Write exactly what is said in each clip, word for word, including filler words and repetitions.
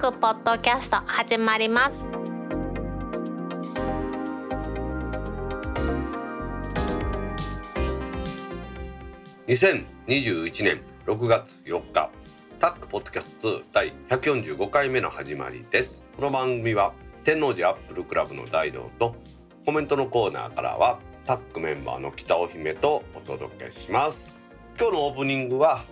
クポッドキャスト始まります。 にせんにじゅういちねんろくがつよっか、タックポッドキャストだいひゃくよんじゅうごかいめの始まりです。この番組は天王寺アップルクラブの大道と、コメントのコーナーからはタックメンバーの北尾姫とお届けします。今日のオープニングは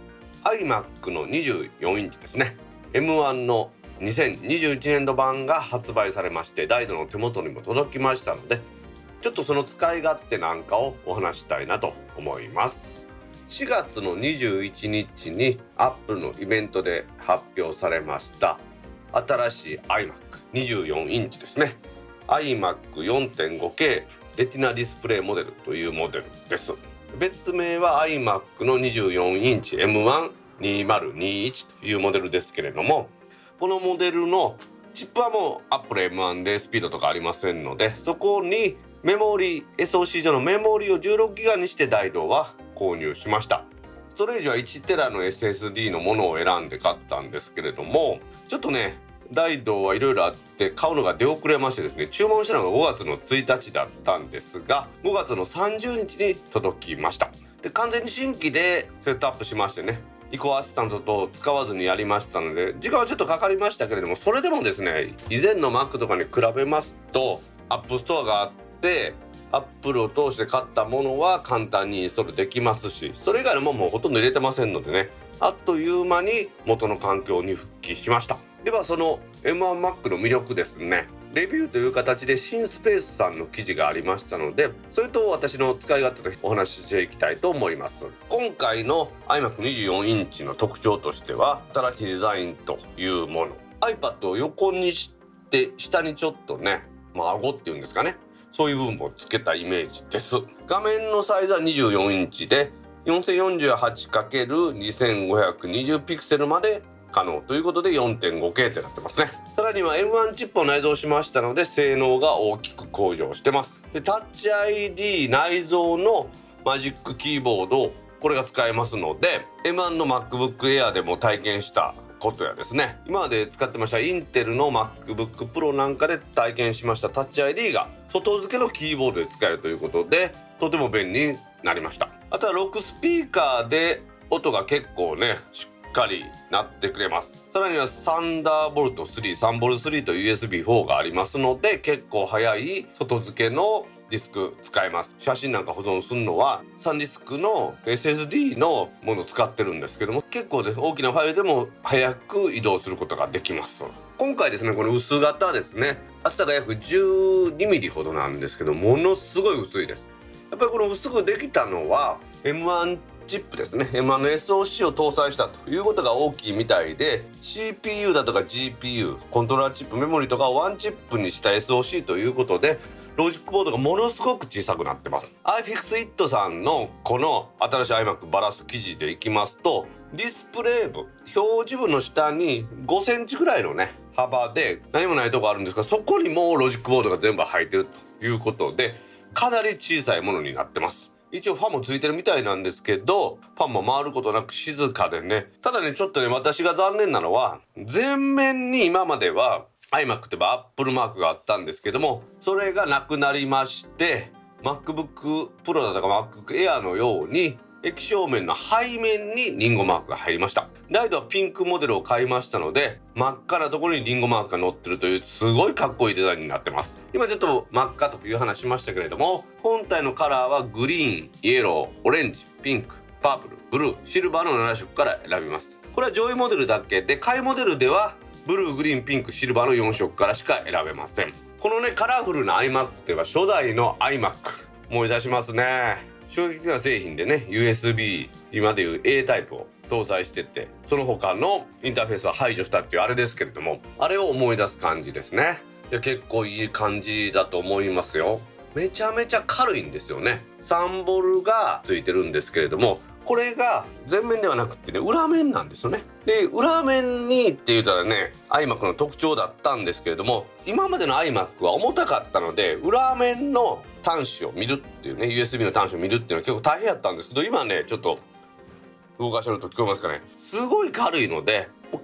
iMac のにじゅうよんインチですね。 エムワン のにせんにじゅういちねんど版が発売されまして、大道の手元にも届きましたので、ちょっとその使い勝手なんかをお話したいなと思います。しがつのにじゅういちにちに Apple のイベントで発表されました新しい iMac にじゅうよんインチですね。 アイマックよんてんごケー レティナディスプレイモデルというモデルです。別名は iMac のにじゅうよんインチ エムワンにせんにじゅういち というモデルですけれども、このモデルのチップはもう Apple エムワン でスピードとかありませんので、そこにメモリー エスオーシー 上のメモリーをじゅうろくギガにして大道は購入しました。ストレージはいちテラの エスエスディー のものを選んで買ったんですけれども、ちょっとね大道はいろいろあって買うのが出遅れましてですね、注文したのがごがつのついたちだったんですが、ごがつのさんじゅうにちに届きました。で、完全に新規でセットアップしましてね、移行アシスタントと使わずにやりましたので、時間はちょっとかかりましたけれども、それでもですね、以前の Mac とかに比べますとアップストアがあってアップルを通して買ったものは簡単にインストールできますし、それ以外のものもほとんど入れてませんのでね、あっという間に元の環境に復帰しました。ではその エムワンマック の魅力ですね、レビューという形で新スペースさんの記事がありましたので、それと私の使い勝手でお話ししていきたいと思います。今回の アイマックにじゅうよんインチの特徴としては、新しいデザインというもの、 iPad を横にして下にちょっとね、まあ顎っていうんですかね、そういう部分をつけたイメージです。画面のサイズはにじゅうよんインチで よんせんよんじゅうはちかけるにせんごひゃくにじゅう ピクセルまで可能ということで よんてんごケー ってなってますね。さらには エムワン チップを内蔵しましたので、性能が大きく向上してます。で、タッチ アイディー 内蔵のマジックキーボード、これが使えますので、 エムワン の MacBook Air でも体験したことやですね、今まで使ってましたインテルの MacBook Pro なんかで体験しましたタッチ アイディー が外付けのキーボードで使えるということで、とても便利になりました。あとはろくスピーカーで音が結構ねしっかりなってくれます。さらにはサンダーボルトスリー、サンボルスリーと ユーエスビーフォー がありますので、結構速い外付けのディスク使えます。写真なんか保存するのはサンディスクの エスエスディー のものを使ってるんですけども、結構です大きなファイルでも早く移動することができます。今回ですね、この薄型ですね、厚さが約じゅうにミリほどなんですけど、ものすごい薄いです。やっぱりこの薄くできたのは エムワン チップですね、 エムワン の エスオーシー を搭載したということが大きいみたいで、 シーピーユー だとか ジーピーユー コントローラーチップ、メモリとかをワンチップにした エスオーシー ということで、ロジックボードがものすごく小さくなってます。 アイフィクスイット さんのこの新しい iMac バラす記事でいきますと、ディスプレイ部、表示部の下にごセンチぐらいのね幅で何もないとこあるんですが、そこにもうロジックボードが全部入ってるということで、かなり小さいものになってます。一応ファンもついてるみたいなんですけど、ファンも回ることなく静かでね、ただねちょっとね私が残念なのは、前面に今までは iMac ってば Apple マークがあったんですけども、それがなくなりまして、 MacBook Pro だとか MacBook Air のように液晶面の背面にリンゴマークが入りました。大道はピンクモデルを買いましたので、真っ赤なところにリンゴマークが載ってるというすごいかっこいいデザインになってます。今ちょっと真っ赤という話しましたけれども、本体のカラーはグリーン、イエロー、オレンジ、ピンク、パープル、ブルー、シルバーのななしょくから選びます。これは上位モデルだけで、下位モデルではブルー、グリーン、ピンク、シルバーのよんしょくからしか選べません。このねカラフルな iMac といえば初代の iMac 思い出しますね。衝撃的な製品でね、 ユーエスビー 今でいう A タイプを搭載してて、その他のインターフェースは排除したっていうあれですけれども、あれを思い出す感じですね。いや結構いい感じだと思いますよ。めちゃめちゃ軽いんですよね。サンボルがついてるんですけれども、これが前面ではなくてね裏面なんですよね。で裏面にって言ったらね iMac の特徴だったんですけれども、今までの iMac は重たかったので裏面の端子を見るっていうね ユーエスビー の端子を見るっていうのは結構大変やったんですけど、今ねちょっと動かしてると聞こえますかね、すごい軽いので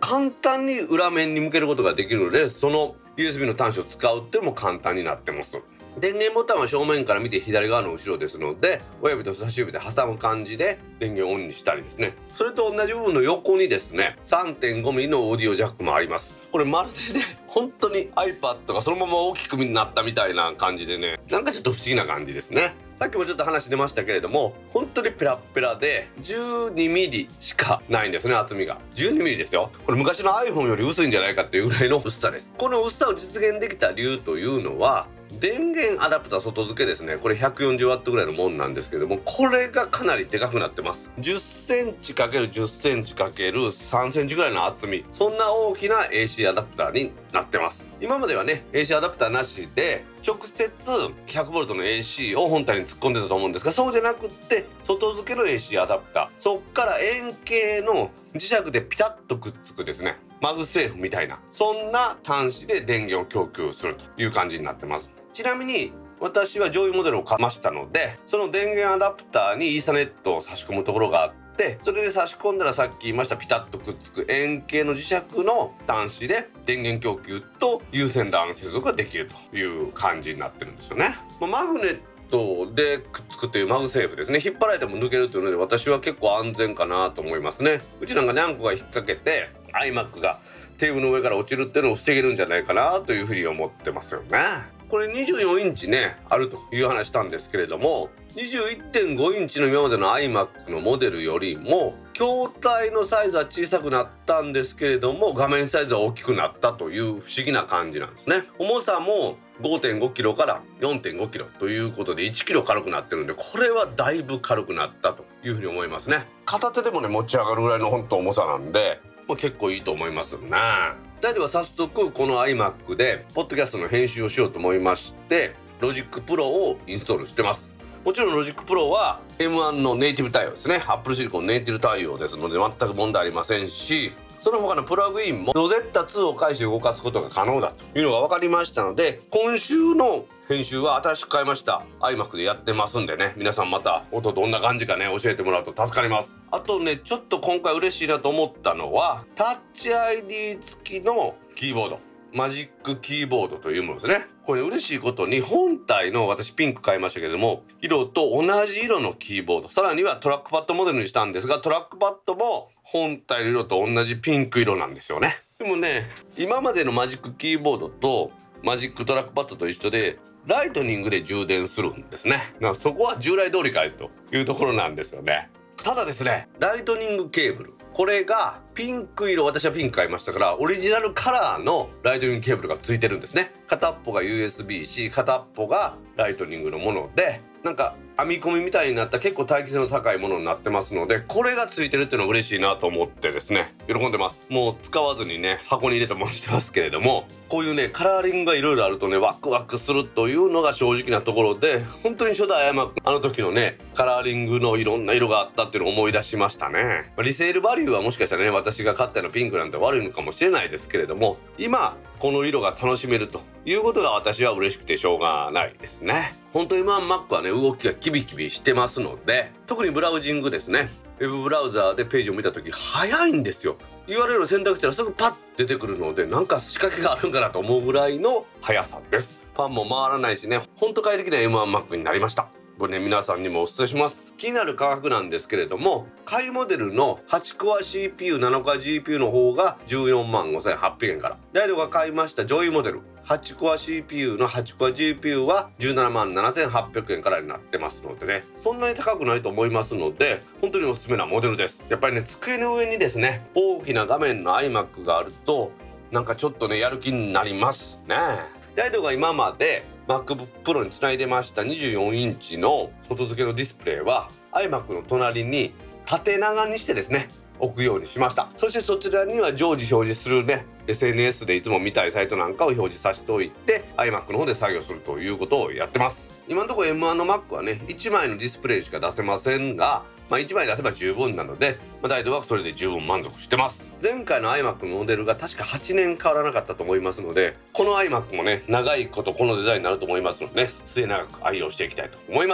簡単に裏面に向けることができるので、その ユーエスビー の端子を使うっていうのも簡単になってます。電源ボタンは正面から見て左側の後ろですので、親指と人差し指で挟む感じで電源をオンにしたりですね。それと同じ部分の横にですね さんてんごミリ のオーディオジャックもあります。これまるでね本当に iPad がそのまま大きくなったみたいな感じでね、なんかちょっと不思議な感じですね。さっきもちょっと話出ましたけれども、本当にペラッペラでじゅうにミリしかないんですね。厚みがじゅうにミリですよ。これ昔の iPhone より薄いんじゃないかっていうぐらいの薄さです。この薄さを実現できた理由というのは、電源アダプター外付けですね。これ ひゃくよんじゅうワット ぐらいのもんなんですけども、これがかなりでかくなってます。じゅっセンチ ×じゅっセンチ ×さんセンチぐらいの厚み、そんな大きな エーシー アダプターになってます。今まではね エーシー アダプターなしで直接 ひゃくボルト の エーシー を本体に突っ込んでたと思うんですが、そうじゃなくって外付けの エーシー アダプター、そっから円形の磁石でピタッとくっつくですね、マグセーフみたいな、そんな端子で電源を供給するという感じになってます。ちなみに私は上位モデルを買いましたので、その電源アダプターにイーサネットを差し込むところがあって、それで差し込んだらさっき言いましたピタッとくっつく円形の磁石の端子で電源供給と有線 ラン 接続ができるという感じになってるんですよね。マグネットでくっつくというマグセーフですね、引っ張られても抜けるというので私は結構安全かなと思いますね。うちなんかにゃんこが引っ掛けて iMac がテーブルの上から落ちるっていうのを防げるんじゃないかなというふうに思ってますよね。これにじゅうよんインチねあるという話したんですけれども、にじゅういってんごインチの今までの iMac のモデルよりも筐体のサイズは小さくなったんですけれども、画面サイズは大きくなったという不思議な感じなんですね。重さも ごてんごキロ から よんてんごキロということでいちキロ軽くなってるんで、これはだいぶ軽くなったというふうに思いますね。片手でもね持ち上がるぐらいの本当重さなんで、まあ、結構いいと思いますな。では早速この iMac でポッドキャストの編集をしようと思いまして Logic Pro をインストールしてます。もちろん Logic Pro は エムワン のネイティブ対応ですね。 Apple Silicon ネイティブ対応ですので全く問題ありませんし、その他のプラグインも ロゼッタツーを介して動かすことが可能だというのが分かりましたので、今週の編集は新しく買いました iMac でやってますんでね、皆さんまた音どんな感じかね教えてもらうと助かります。あとねちょっと今回嬉しいなと思ったのはタッチ アイディー 付きのキーボード、マジックキーボードというものですね。これ嬉しいことに本体の私ピンク買いましたけども色と同じ色のキーボード、さらにはトラックパッドモデルにしたんですがトラックパッドも本体の色と同じピンク色なんですよね。でもね今までのマジックキーボードとマジックトラックパッドと一緒でライトニングで充電するんですね。そこは従来通りかいというところなんですよね。ただですねライトニングケーブル、これがピンク色、私はピンク買いましたからオリジナルカラーのライトニングケーブルが付いてるんですね。片っぽが ユーエスビーC、 片っぽがライトニングのもので、なんか編み込みみたいになった結構耐久性の高いものになってますので、これが付いてるっていうのは嬉しいなと思ってですね喜んでます。もう使わずにね箱に入れたものにしてますけれども、こういうねカラーリングがいろいろあるとねワクワクするというのが正直なところで、本当に初代 iMac あの時のねカラーリングのいろんな色があったっていうのを思い出しましたね。リセールバリューはもしかしたらね私が買ったのピンクなんて悪いのかもしれないですけれども、今この色が楽しめるということが私は嬉しくてしょうがないですね。本当に今 Mac はね動きがキビキビしてますので、特にブラウジングですね、ウェブブラウザーでページを見た時早いんですよ。 ユーアールエル を選択したらすぐパッ出てくるので、なんか仕掛けがあるんかなと思うぐらいの速さです。ファンも回らないしね、本当快適な エムワン Mac になりました。これね皆さんにもお勧めします。気になる価格なんですけれども、買いモデルのはちコア シーピーユー、ななコア ジーピーユー の方がじゅうよんまんごせんはっぴゃくえんから、ダイドが買いました上位モデルはちコア シーピーユー のはちコア ジーピーユー はじゅうななまんななせんはっぴゃくえんからになってますのでね、そんなに高くないと思いますので本当におすすめなモデルです。やっぱりね机の上にですね大きな画面の iMac があるとなんかちょっとねやる気になりますね。ダイドが今まで MacBook Pro につないでましたにじゅうよんインチの外付けのディスプレイは iMac の隣に縦長にしてですね置くようにしました。そしてそちらには常時表示するね エスエヌエス でいつも見たいサイトなんかを表示させておいて iMac の方で作業するということをやってます。今のところ エムワン の Mac はねいちまいのディスプレイしか出せませんが、まあ、いちまい出せば十分なので、まあ、ダイドはそれで十分満足してます。前回の iMac のモデルが確かはちねん変わらなかったと思いますので、この iMac もね長いことこのデザインになると思いますので、ね、末永く愛用していきたいと思います。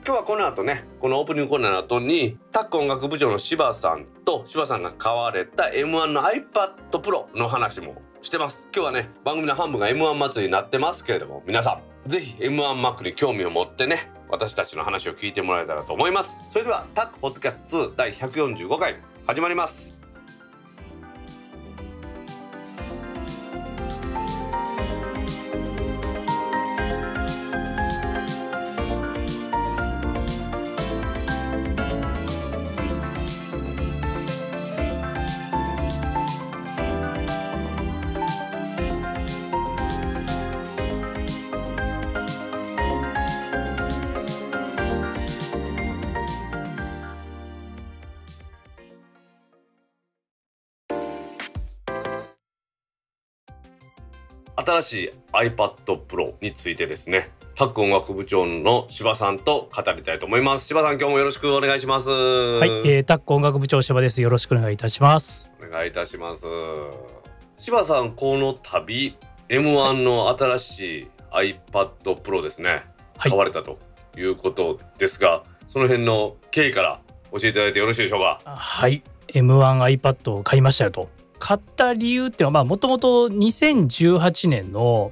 今日はこの後ね、このオープニングコーナーの後にタック音楽部長の柴さんと柴さんが買われた エムワン の iPad Pro の話もしてます。今日はね、番組の半分が エムワン 祭りになってますけれども、皆さんぜひ エムワン Mac に興味を持ってね、私たちの話を聞いてもらえたらと思います。それではタックポッドキャストツーだいひゃくよんじゅうごかい始まります。新しい iPad Pro についてですね、タック音楽部長の柴さんと語りたいと思います。柴さん、今日もよろしくお願いします。 はい、えー、タック音楽部長柴です。よろしくお願いいたします。 お願いいたします。柴さん、この度 エムワン の新しい iPad Pro ですね、はい、買われたということですが、その辺の経緯から教えていただいてよろしいでしょうか。 はい、エムワン iPad を買いましたよと。買った理由っていうのは、もともとにせんじゅうはちねんの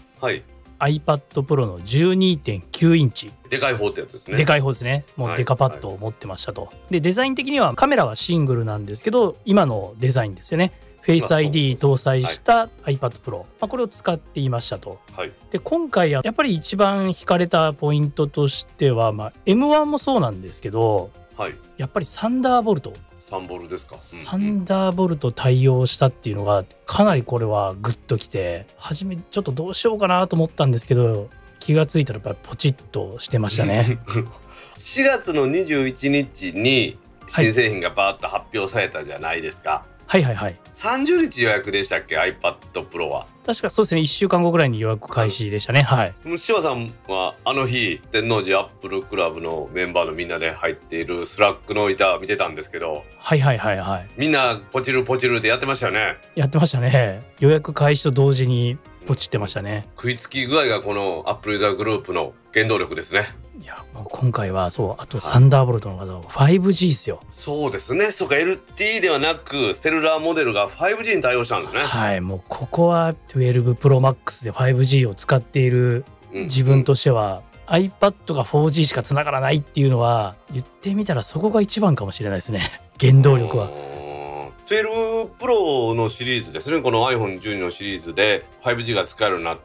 iPad Pro の じゅうにてんきゅうインチ、 でかい方ってやつですね。 でかい方ですね。もうデカパッドを持ってましたと、はいはい、でデザイン的にはカメラはシングルなんですけど、今のデザインですよね。フェイス アイディー 搭載した iPad Pro、まあ、これを使っていましたと、はい、で今回やっぱり一番惹かれたポイントとしては、まあ、エムワン もそうなんですけど、はい、やっぱりサンダーボルトサンボルですか、うん、 サンダーボルト対応したっていうのがかなりこれはグッときて、初めちょっとどうしようかなと思ったんですけど、気がついたらやっぱりポチッとしてましたねしがつのにじゅういちにちに新製品がバーッと発表されたじゃないですか。 はいはいはい。 さんじゅうにち予約でしたっけ iPad Pro は。 確かそうですね、いっしゅうかんごぐらいに予約開始でしたね、はい。 柴さんはあの日天王寺アップルクラブのメンバーのみんなで入っているスラックの板見てたんですけど、 はいはいはいはい、みんなポチるポチるでやってましたよね。 やってましたね。予約開始と同時にポチってましたね。 食いつき具合がこのアップルユーザーグループの原動力ですね。 いやもう今回はそう、あとサンダーボルトの方、はい、ファイブジー ですよ。 そうですね。そうか、 エルティー ではなくセルラーモデルが ファイブジー に対応したんですね。 はい、もうここはじゅうに プロマックスで ファイブジー を使っている自分としては、うんうん、iPad が フォージー しか繋がらないっていうのは言ってみたらそこが一番かもしれないですね、原動力は。 じゅうに プロのシリーズですね。この アイフォンじゅうに のシリーズで ファイブジー が使えるようになって、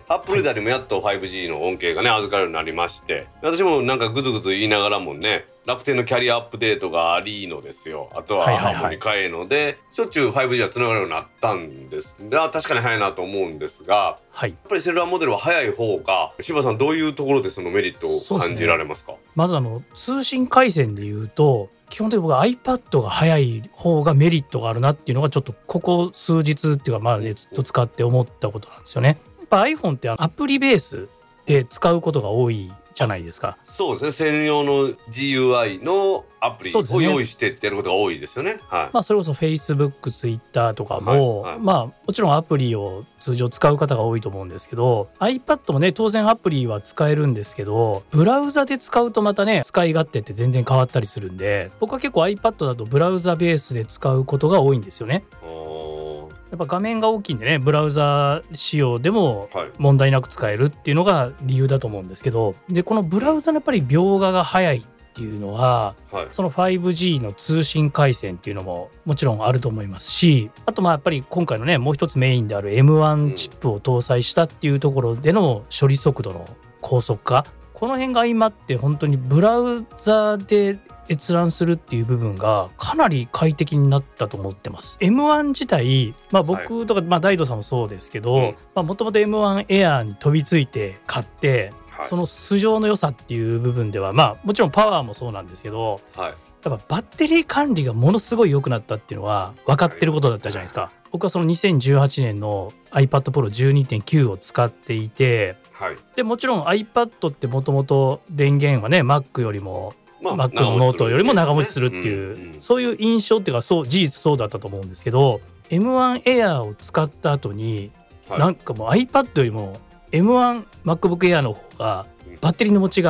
アップルユーザーにもやっと ファイブジー の恩恵がね預かるようになりまして、私もなんかグズグズ言いながらもね、楽天のキャリアアップデートがありのですよ。あとはハーモに変えので、しょっちゅう ファイブジー が繋がるようになったんです。で、確かに早いなと思うんですが、はい、やっぱりセルラーモデルは早い方が、柴さんどういうところでそのメリットを感じられますか？ まずあの通信回線でいうと、基本的に僕は iPad が早い方がメリットがあるなっていうのがちょっとここ数日っていうか、まあね、ずっと使って思ったことなんですよね。やっぱ iPhone ってアプリベースで使うことが多いじゃないですか。 そうですね、専用の ジーユーアイ のアプリを用意してってやることが多いですよね。はい、 まあ、それこそ Facebook、Twitter とかも、はいはい、まあ、もちろんアプリを通常使う方が多いと思うんですけど、 iPad もね当然アプリは使えるんですけど、ブラウザで使うとまたね使い勝手って全然変わったりするんで、僕は結構 iPad だとブラウザベースで使うことが多いんですよね。やっぱ画面が大きいんでね、ブラウザ仕様でも問題なく使えるっていうのが理由だと思うんですけど、でこのブラウザのやっぱり描画が早いっていうのは、はい、その ファイブジー の通信回線っていうのももちろんあると思いますし、あとまあやっぱり今回のねもう一つメインである エムワン チップを搭載したっていうところでの処理速度の高速化、この辺が相まって本当にブラウザで閲覧するっていう部分がかなり快適になったと思ってます。 エムワン 自体、まあ、僕とか、はい、まあ、大道さんもそうですけど、もともと エムワン エアーに飛びついて買って、はい、その素性の良さっていう部分では、まあ、もちろんパワーもそうなんですけど、はい、やっぱバッテリー管理がものすごい良くなったっていうのは分かってることだったじゃないですか。はい、僕はそのにせんじゅうはちねんの iPad Pro じゅうにてんきゅう を使っていて、はい、でもちろん iPad ってもともと電源はね Mac よりもまあ、Mac のノートよりも長持ちするっていう、うんうん、そういう印象っていうか、そう事実そうだったと思うんですけど、 エムワン Air を使った後に、はい、なんかもう iPad よりも エムワン MacBook Air の方がバッテリーの持ちが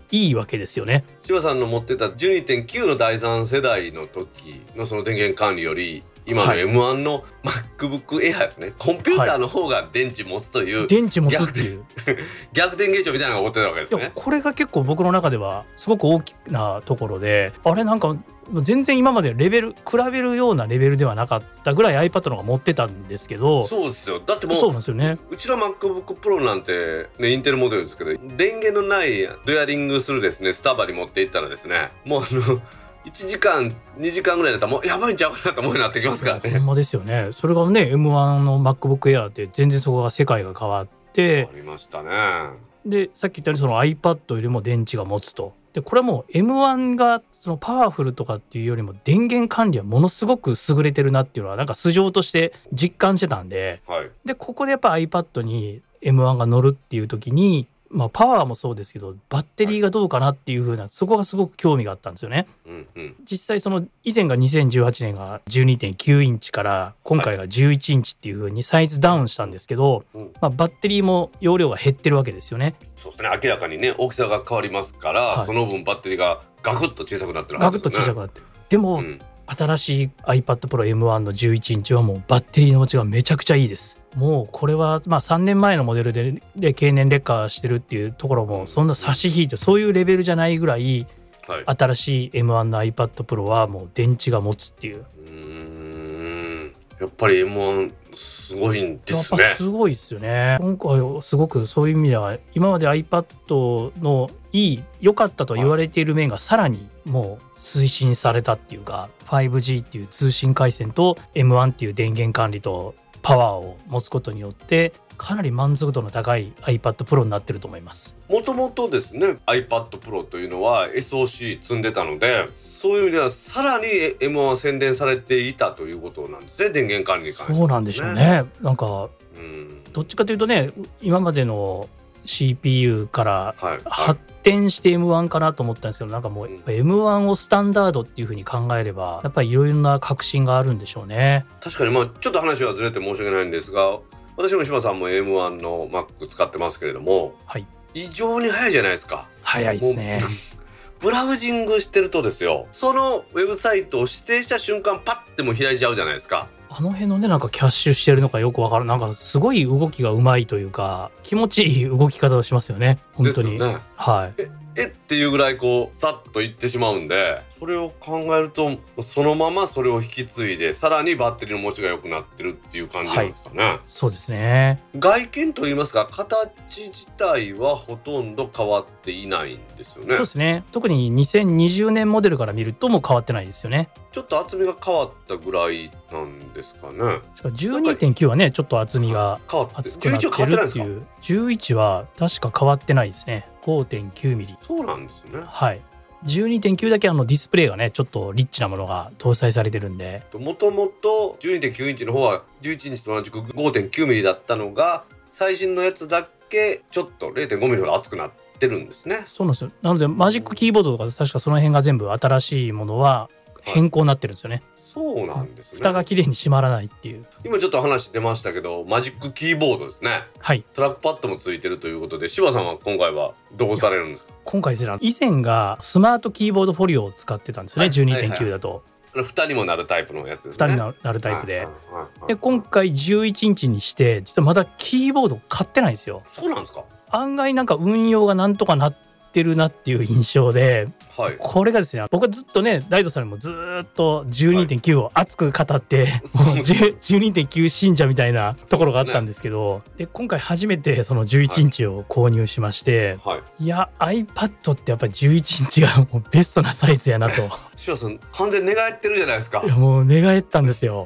いいわけですよね。 柴さんの持ってた じゅうにてんきゅう のだいさん世代の時のその電源管理より今の エムワン の MacBook Air ですね、コンピューターの方が電池持つという、はい、 電池持つっていう逆転現象みたいなのが起こってたわけですね。 いやこれが結構僕の中ではすごく大きなところで、あれなんか全然今までレベル比べるようなレベルではなかったぐらい iPad の方が持ってたんですけど。 そうですよ。だってもうそうなんですよね。 うちの MacBook Pro なんて、ね、インテルモデルですけど、電源のないドヤリングするですねスタバに持っていったらですね、もうあのいちじかんにじかんぐらいだったらもうやばいんちゃうかなと思うようになってきますからね。 ほんまですよね。それがね エムワン の MacBook Air って全然そこが世界が変わってありましたね。 でさっき言ったようにその iPad よりも電池が持つと。でこれはもう エムワン がそのパワフルとかっていうよりも電源管理はものすごく優れてるなっていうのはなんか素性として実感してたんで、 はい、 でここでやっぱ iPad に エムワン が乗るっていう時に、まあ、パワーもそうですけどバッテリーがどうかなっていう風な、そこがすごく興味があったんですよね、 うんうん、 実際その以前がにせんじゅうはちねんが じゅうにてんきゅう インチから今回がじゅういちインチっていう風にサイズダウンしたんですけど、 うんまあ、バッテリーも容量が減ってるわけですよね。 そうですね、明らかにね大きさが変わりますから、はい、その分バッテリーがガクッと小さくなってるはずですね。 ガクッと小さくなってる。でも、うん、新しい iPad Pro エムワン のじゅういちインチはもうバッテリーの持ちがめちゃくちゃいいです。もうこれはまあさんねんまえのモデル で, で経年劣化してるっていうところもそんな差し引いてそういうレベルじゃないぐらい、はい、新しい エムワン の iPad Pro はもう電池が持つっていう。 うーんやっぱり エムワン すごいんですね。 やっぱすごいですよね。今回すごくそういう意味では今まで iPad のいい良かったと言われている面がさらにもう推進されたっていうか、 ファイブジー っていう通信回線と エムワン っていう電源管理とパワーを持つことによってかなり満足度の高い iPad Pro になってると思います。 もともとですね iPad Pro というのは エスオーシー 積んでたので、そういう意味ではさらに エムワン は宣伝されていたということなんですね、電源管理に関して、ね、 そうなんでしょうね。なんか、うん、どっちかというとね今までの シーピーユー から発展して エムワン かなと思ったんですけど、なんかもう エムワン をスタンダードっていう風に考えればやっぱりいろいろな革新があるんでしょうね。 確かに、まあちょっと話はずれて申し訳ないんですが、私も柴さんも エムワン の Mac 使ってますけれども、はい、異常に早いじゃないですか。 早いですね。 ブラウジングしてるとですよ、そのウェブサイトを指定した瞬間パッても開いちゃうじゃないですか。 あの辺のねなんかキャッシュしてるのかよくわからん、なんかすごい動きがうまいというか気持ちいい動き方をしますよね本当に。 ですよね。 はい。 ええっていうぐらいこうさっといってしまうんで、それを考えるとそのままそれを引き継いでさらにバッテリーの持ちが良くなってるっていう感じなんですかね。はい、 そうですね。 外見といいますか形自体はほとんど変わっていないんですよね。 そうですね。特ににせんにじゅうねんモデルから見るともう変わってないですよね。 ちょっと厚みが変わったぐらいなんですかね。 じゅうにてんきゅう はねちょっと厚みが厚くなってるっていう。じゅういちは確か変わってないですね。 ごてんきゅうミリ。 そうなんですね。 はい。じゅうにてんきゅう だけあのディスプレイがねちょっとリッチなものが搭載されてるんで、 もともと じゅうにてんきゅう インチの方はじゅういちインチと同じく ごてんきゅうミリだったのが最新のやつだけちょっと れいてんごミリほど厚くなってるんですね。 そうなんですよ。なのでマジックキーボードとか確かその辺が全部新しいものは変更になってるんですよね。はい、 そうなんですね。 蓋がきれいに閉まらないっていう。 今ちょっと話出ましたけどマジックキーボードですね。 はい。 トラックパッドもついてるということで、柴さんは今回はどうされるんですか？ 今回ですね、以前がスマートキーボードフォリオを使ってたんですよね、はい、じゅうにてんきゅう だと。 ふたにもなるタイプのやつですね。 ふたになるタイプで、で今回じゅういちインチにして実はまだキーボード買ってないんですよ。 そうなんですか？ 案外なんか運用がなんとかなってるなっていう印象で、はい、これがですね僕はずっとね大道さんにもずっと じゅうにてんきゅう を熱く語って、はい、もう じゅうにてんきゅう 信者みたいなところがあったんですけど、で今回初めてそのじゅういちインチを購入しまして、はい、いや iPad ってやっぱりじゅういちインチがもうベストなサイズやなと。 柴さん完全に寝返ってるじゃないですか。 いやもう寝返ったんですよ。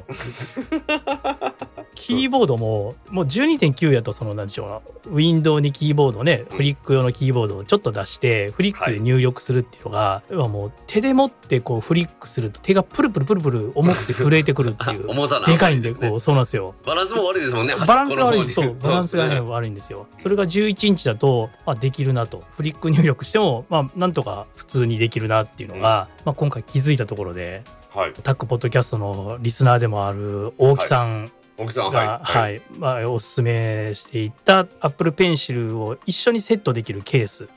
キーボードももう じゅうにてんきゅう やとそのなんでしょうな、ウィンドウにキーボードね、フリック用のキーボードをちょっと出してフリックで入力するっていうのが、はい、要はもう手で持ってこうフリックすると手がプルプルプルプル重くて震えてくるっていう重さなでかいんでこう、そうなんですよ。 バランスも悪いですもんね。 バランスが悪いんです。そうバランスが、ね、悪いんですよ。それがじゅういちインチだと、まあ、できるなと、フリック入力してもまあなんとか普通にできるなっていうのが、うんまあ、今回気づいたところで、はい、タックポッドキャストのリスナーでもある大木さん、はい大木さんが、はいはいまあ、おすすめしていた Apple Pencil を一緒にセットできるケース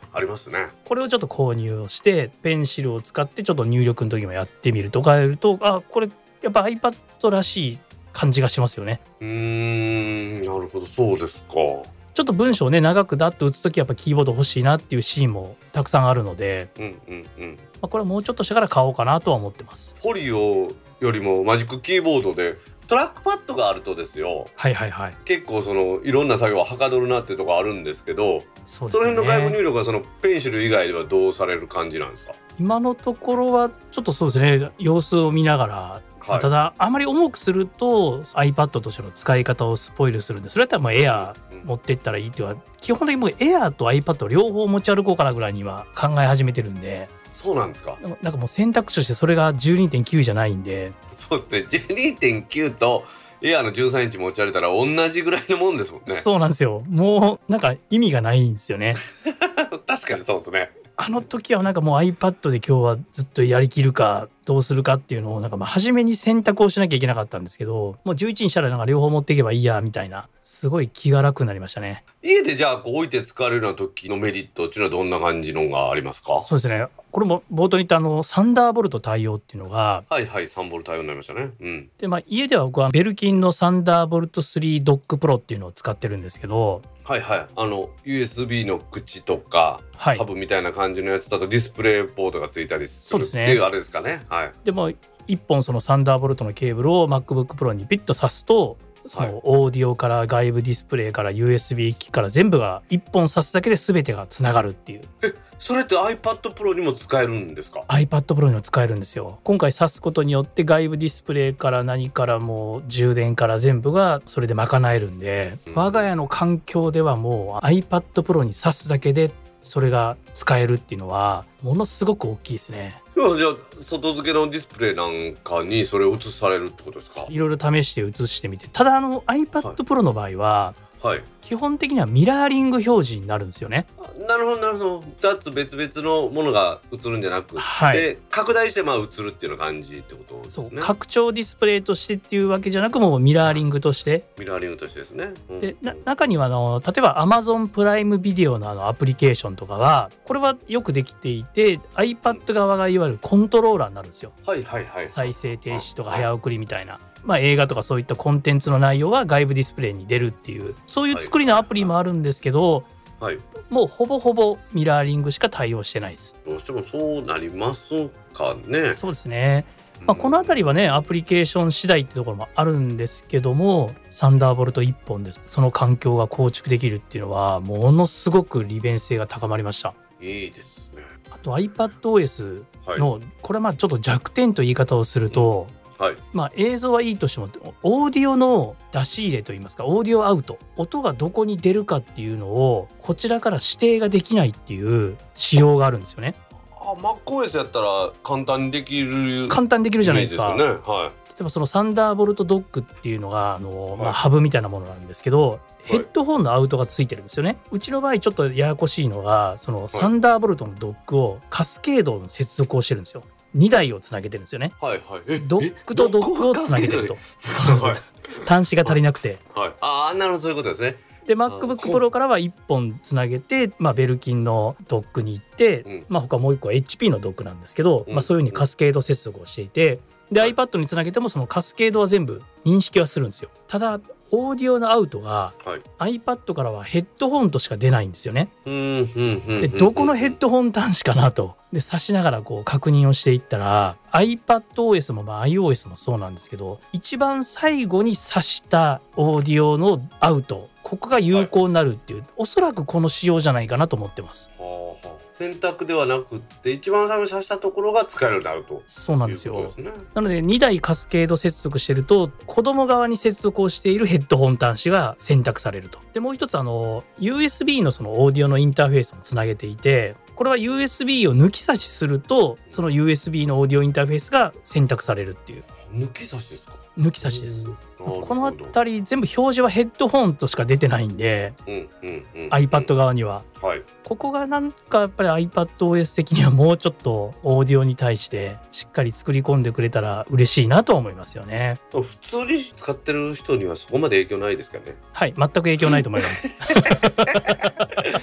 ありますね。 これをちょっと購入をしてペンシルを使ってちょっと入力の時もやってみるとかやると、あこれやっぱ iPad らしい感じがしますよね。 うーん、なるほど、そうですか。 ちょっと文章をね長くだっと打つときやっぱキーボード欲しいなっていうシーンもたくさんあるので、 うんうんうん、 まあ、これはもうちょっとしてから買おうかなとは思ってます。 フォリオよりもマジックキーボードでトラックパッドがあるとですよ、 はいはいはい、 結構そのいろんな作業ははかどるなっていうところあるんですけど、 そうですね、 その辺の外部入力はそのペンシル以外ではどうされる感じなんですか？ 今のところはちょっとそうですね様子を見ながら、はい、ただあまり重くすると iPad としての使い方をスポイルするんで、それだったらもうエアー持ってったらいいっていうのは、うん、基本的にもうエアーと iPad 両方持ち歩こうかなぐらいには考え始めてるんで。 そうなんですか。 なんかもう選択肢としてそれが じゅうにてんきゅう じゃないんで。 そうですね、 じゅうにてんきゅう とエアーのじゅうさんインチ持ち歩いたら同じぐらいのもんですもんね。 そうなんですよ。もうなんか意味がないんですよね確かにそうですね。 あの時はなんかもう iPad で今日はずっとやりきるかどうするかっていうのをなんかまあ初めに選択をしなきゃいけなかったんですけど、もうじゅういちにしたらなんか両方持っていけばいいやみたいな、すごい気が楽になりましたね。 家でじゃあこう置いて使われるような時のメリットっていうのはどんな感じのがありますか？ そうですね、これも冒頭に言ったあのサンダーボルト対応っていうのが、 はいはい、さんボルト対応になりましたね。うん、 でまあ家では僕はベルキンのサンダーボルトスリードックプロっていうのを使ってるんですけど、 はいはい、あの ユーエスビー の口とか、はい、ハブみたいな感じのやつだとディスプレイポートがついたりするっていうあれですかね。はい、 でもいっぽんそのサンダーボルトのケーブルを MacBook Pro にピッと挿すと、そのオーディオから外部ディスプレイから ユーエスビー 機器から全部がいっぽん挿すだけで全てがつながるっていう。 え、それって iPad Pro にも使えるんですか？ iPad Pro にも使えるんですよ。今回挿すことによって外部ディスプレイから何からもう充電から全部がそれで賄えるんで、うん、我が家の環境ではもう iPad Pro に挿すだけでそれが使えるっていうのはものすごく大きいですね。 じゃあ外付けのディスプレイなんかにそれを映されるってことですか？ いろいろ試して映してみて、ただあの iPad Pro の場合は、はい、基本的にはミラーリング表示になるんですよね。 なるほどなるほど。ふたつ別々のものが映るんじゃなくて、はい、拡大してまあ映るっていうような感じってことですね。 そう、拡張ディスプレイとしてっていうわけじゃなく、もうミラーリングとしてミラーリングとしてですね、うん、 でな中にはあの例えば Amazon プライムビデオのあのアプリケーションとかはこれはよくできていて iPad 側がいわゆるコントローラーになるんですよ。 はいはいはい。 再生停止とか早送りみたいな、まあ、映画とかそういったコンテンツの内容が外部ディスプレイに出るっていう、そういう作りのアプリもあるんですけど、はい、もうほぼほぼミラーリングしか対応してないです。 どうしてもそうなりますかね。 そうですね、まあ、このあたりはねアプリケーション次第ってところもあるんですけども、サンダーボルトいっぽんでその環境が構築できるっていうのはものすごく利便性が高まりました。 いいですね。 あと iPadOS の、はい、これはまあちょっと弱点という言い方をすると、うん、はい、まあ映像はいいとしてもオーディオの出し入れといいますか、オーディオアウト、音がどこに出るかっていうのをこちらから指定ができないっていう仕様があるんですよね。 あ、MacOS やったら簡単にできる、 簡単にできるじゃないですか。 いいですよね。はい。 でもそのサンダーボルトドックっていうのがあの、まあ、ハブみたいなものなんですけど、はい、ヘッドホンのアウトがついてるんですよね。うちの場合ちょっとややこしいのが、そのサンダーボルトのドックをカスケードの接続をしてるんですよ。にだいをつなげてるんですよね。 はいはい。 ドックとドックをつなげてると。そうです、はい、端子が足りなくて、 はい、ああ、なるほど、そういうことですね。 で MacBook Pro からはいっぽんつなげて、まあ、ベルキンのドックに行って、うん、まあ、他もういっこは エイチピー のドックなんですけど、うん、まあ、そういう風にカスケード接続をしていて、で iPad につなげてもそのカスケードは全部認識はするんですよ。ただオーディオのアウトが iPad からはヘッドホンとしか出ないんですよね。でどこのヘッドホン端子かなとで挿しながらこう確認をしていったら、 iPadOS もまあ iOS もそうなんですけど、一番最後に挿したオーディオのアウト、ここが有効になるっていう、はい、おそらくこの仕様じゃないかなと思ってます。 はあはあ、選択ではなくって一番最後に挿したところが使えるようになると。 そうなんですよ。なのでにだいカスケード接続してると子供側に接続をしているヘッドホン端子が選択されると。でもう一つあの ユーエスビー のそのオーディオのインターフェースもつなげていて、これは ユーエスビー を抜き差しするとその ユーエスビー のオーディオインターフェースが選択されるっていう。 抜き差しですか？ 抜き差しです。このあたり全部表示はヘッドホンとしか出てないんで、うんうんうんうん、iPad 側には、はい、ここがなんかやっぱり iPadOS 的にはもうちょっとオーディオに対してしっかり作り込んでくれたら嬉しいなと思いますよね。 普通に使ってる人にはそこまで影響ないですかね？ はい、全く影響ないと思います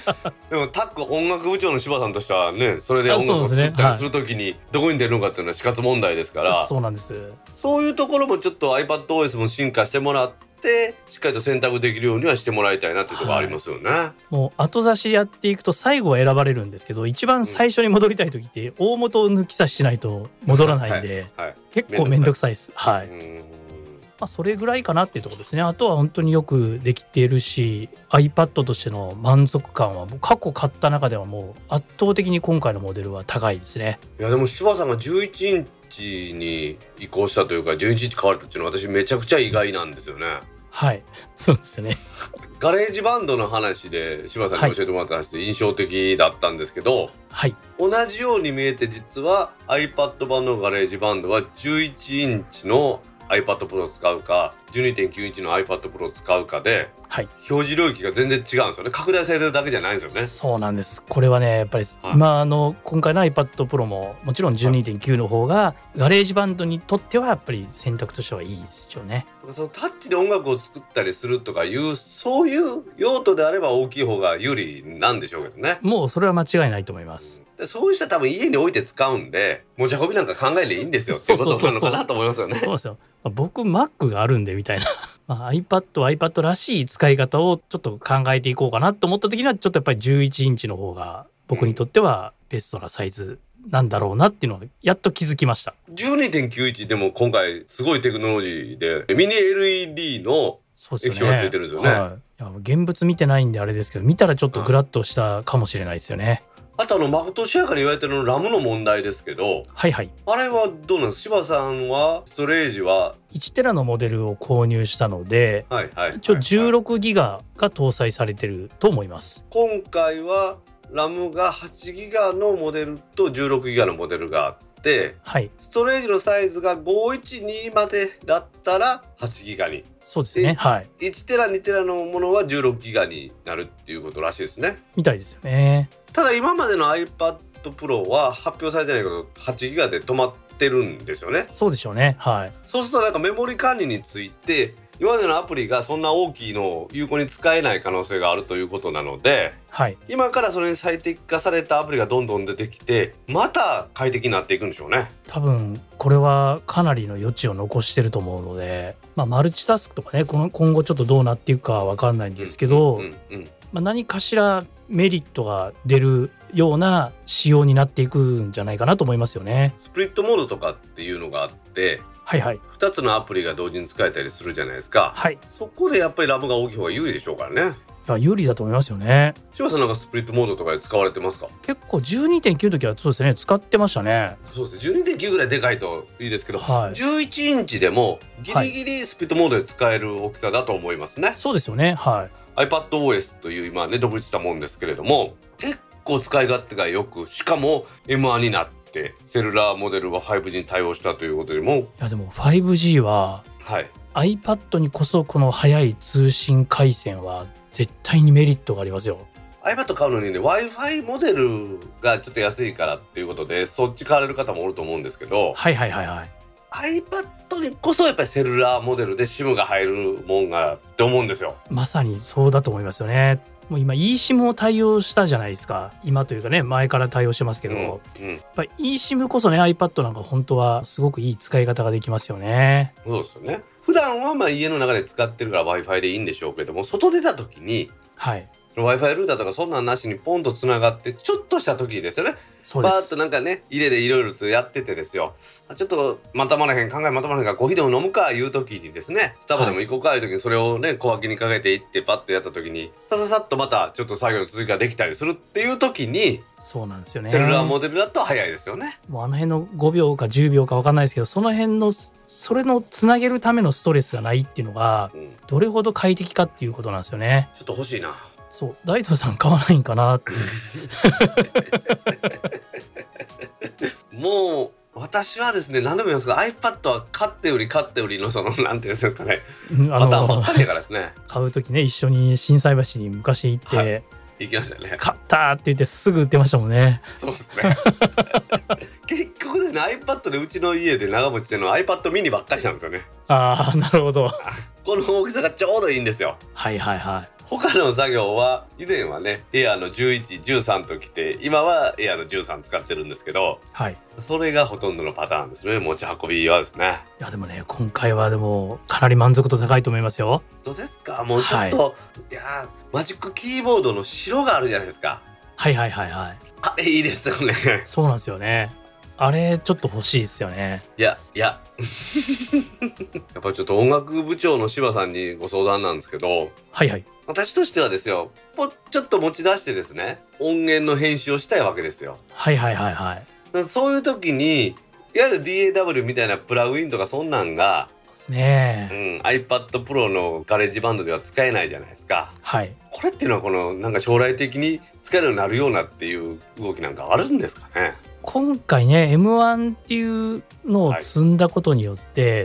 でもタック音楽部長の柴さんとしてはね、それで音楽を作ったりするときにどこに出るのかっていうのは死活問題ですから、 そうなんです。 そういうところもちょっと iPadOS も進化してもらってしっかりと選択できるようにはしてもらいたいなっていうところありますよね、はい、 もう後差しやっていくと最後は選ばれるんですけど、一番最初に戻りたい時って大元を抜き差ししないと戻らないんで、はいはい、結構めんどくさいです。はい。うんまあ、それぐらいかなっていうところですね。あとは本当によくできているし iPad としての満足感はもう過去買った中ではもう圧倒的に今回のモデルは高いですね。 いやでも柴さんがじゅういちインチに移行したというかじゅういちインチ変われたっていうのは私めちゃくちゃ意外なんですよね。 はいそうですよねガレージバンドの話で柴さんに教えてもらった話で印象的だったんですけど、はい、同じように見えて実は iPad 版のガレージバンドはじゅういちインチのiPad Pro を使うか じゅうにてんきゅう インチの iPad Pro を使うかで、はい、表示領域が全然違うんですよね。拡大されてるだけじゃないんですよね。そうなんです。 これはねやっぱり、はい、今の今回の iPad Pro ももちろん じゅうにてんきゅう の方がガレージバンドにとってはやっぱり選択としてはいいですよね。 そのタッチで音楽を作ったりするとかいうそういう用途であれば大きい方が有利なんでしょうけどね。 もうそれは間違いないと思います、 うん、でそういう人は多分家に置いて使うんで持ち運びなんか考えでいいんですよっていうことなのかなと思いますよね。 そうですよ。僕 Mac があるんでみたいなまあ、iPad は iPad らしい使い方をちょっと考えていこうかなと思った時にはちょっとやっぱりじゅういちインチの方が僕にとってはベストなサイズなんだろうなっていうのはやっと気づきました。 じゅうにてんきゅういち でも今回すごいテクノロジーでミニ エルイーディー の液晶がついてるんですよね。はい、いや現物見てないんであれですけど見たらちょっとグラッとしたかもしれないですよね。あとあのマクトシェアから言われてるのラムの問題ですけど、はいはい、あれはどうなんですか。柴さんはストレージはいちテラのモデルを購入したので、はいはい、一応じゅうろくギガが搭載されてると思います。 今回はラムがはちギガのモデルとじゅうろくギガのモデルがあって、はい、ストレージのサイズがごひゃくじゅうにまでだったらはちギガに、 そうですね、はい、 いちテラにテラのものはじゅうろくギガになるっていうことらしいですね。 みたいですよね。 ただ今までの iPad Pro は発表されてないけどはちギガで止まってるんですよね。 そうでしょうね。はい。 そうするとなんかメモリ管理について今までのアプリがそんな大きいのを有効に使えない可能性があるということなので、はい、今からそれに最適化されたアプリがどんどん出てきてまた快適になっていくんでしょうね。 多分これはかなりの余地を残してると思うので、まあ、マルチタスクとかねこの今後ちょっとどうなっていくかは分かんないんですけど、うんうんうんまあ、何かしらメリットが出るような仕様になっていくんじゃないかなと思いますよね。 スプリットモードとかっていうのがあって、はいはい、ふたつのアプリが同時に使えたりするじゃないですか、はい、そこでやっぱりラムが大きい方が有利でしょうからね。 いや有利だと思いますよね。 柴さんなんかスプリットモードとかで使われてますか。 結構 じゅうにてんきゅう の時はそうですね使ってましたね。 そうですね じゅうにてんきゅう ぐらいでかいといいですけど、はい、じゅういちインチでもギリギリスプリットモードで使える大きさだと思いますね、 はい、そうですよね。はい、 iPadOS という今ね独立したもんですけれども結構使い勝手がよくしかも エムワン になってセルラーモデルは ファイブジー に対応したということでもいやでも ファイブジー は、はい、iPad にこそこの速い通信回線は絶対にメリットがありますよ。 iPad 買うのにね Wi-Fi モデルがちょっと安いからっていうことでそっち買われる方もおると思うんですけど、はいはいはいはい、iPad にこそやっぱりセルラーモデルで SIM が入るもんがって思うんですよ。 まさにそうだと思いますよね。もう今 eSIM を対応したじゃないですか。今というかね前から対応してますけど、うんうん、やっぱり eSIM こそね iPad なんか本当はすごくいい使い方ができますよね。 そうですよね。普段はまあ家の中で使ってるから Wi-Fi でいいんでしょうけども外出た時に、はい、Wi-Fi ルーターとかそんなんなしにポンとつながってちょっとした時ですよね。そうです。バーッとなんかね家でいろいろとやっててですよちょっとまとまらへん考えまとまらへんからコーヒーでも飲むかいう時にですねスタバでも行こうかいう時にそれをね小脇にかけていってパッとやった時にさささっとまたちょっと作業の続きができたりするっていう時にそうなんですよね。 セルラーモデルだと早いですよね。 もうあの辺のごびょうかじゅうびょうか分かんないですけどその辺のそれのつなげるためのストレスがないっていうのが、うん、どれほど快適かっていうことなんですよね。 ちょっと欲しいな。 そう大東さん買わないんかなってもう私はですね何でも言いますが iPad は買って売り買って売りのそのなんていうんですかねパターンばっかりだからですね。 買う時ね一緒に心斎橋に昔行って、はい、 行きましたね。 買ったって言ってすぐ売ってましたもんね。 そうですね結局ですね iPad でうちの家で長持ちしてるのは iPad mini ばっかりなんですよね。 ああなるほどこの大きさがちょうどいいんですよ。 はいはいはい。 他の作業は以前はねエアのじゅういち、じゅうさんときて、今はエアのじゅうさん使ってるんですけど、 はい、 それがほとんどのパターンですね。持ち運びはですね。 いやでもね今回はでもかなり満足度高いと思いますよ。 どうですか？もうちょっと、はい、いやマジックキーボードの白があるじゃないですか。はいはいはいはい。あれいいですよね。 そうなんですよね。あれちょっと欲しいですよね。 いやいややっぱちょっと音楽部長の柴さんにご相談なんですけど、はいはい、私としてはですよ、ちょっと持ち出してですね、音源の編集をしたいわけですよ。はいはいはいはい。そういう時にいわゆる ディーエーダブリュー みたいなプラグインとかそんなんがですね、うん、iPad Pro のガレージバンドでは使えないじゃないですか。はい。これっていうのはこのなんか将来的に使えるようになるようなっていう動きなんかあるんですかね。今回ね エムワン っていうのを積んだことによって、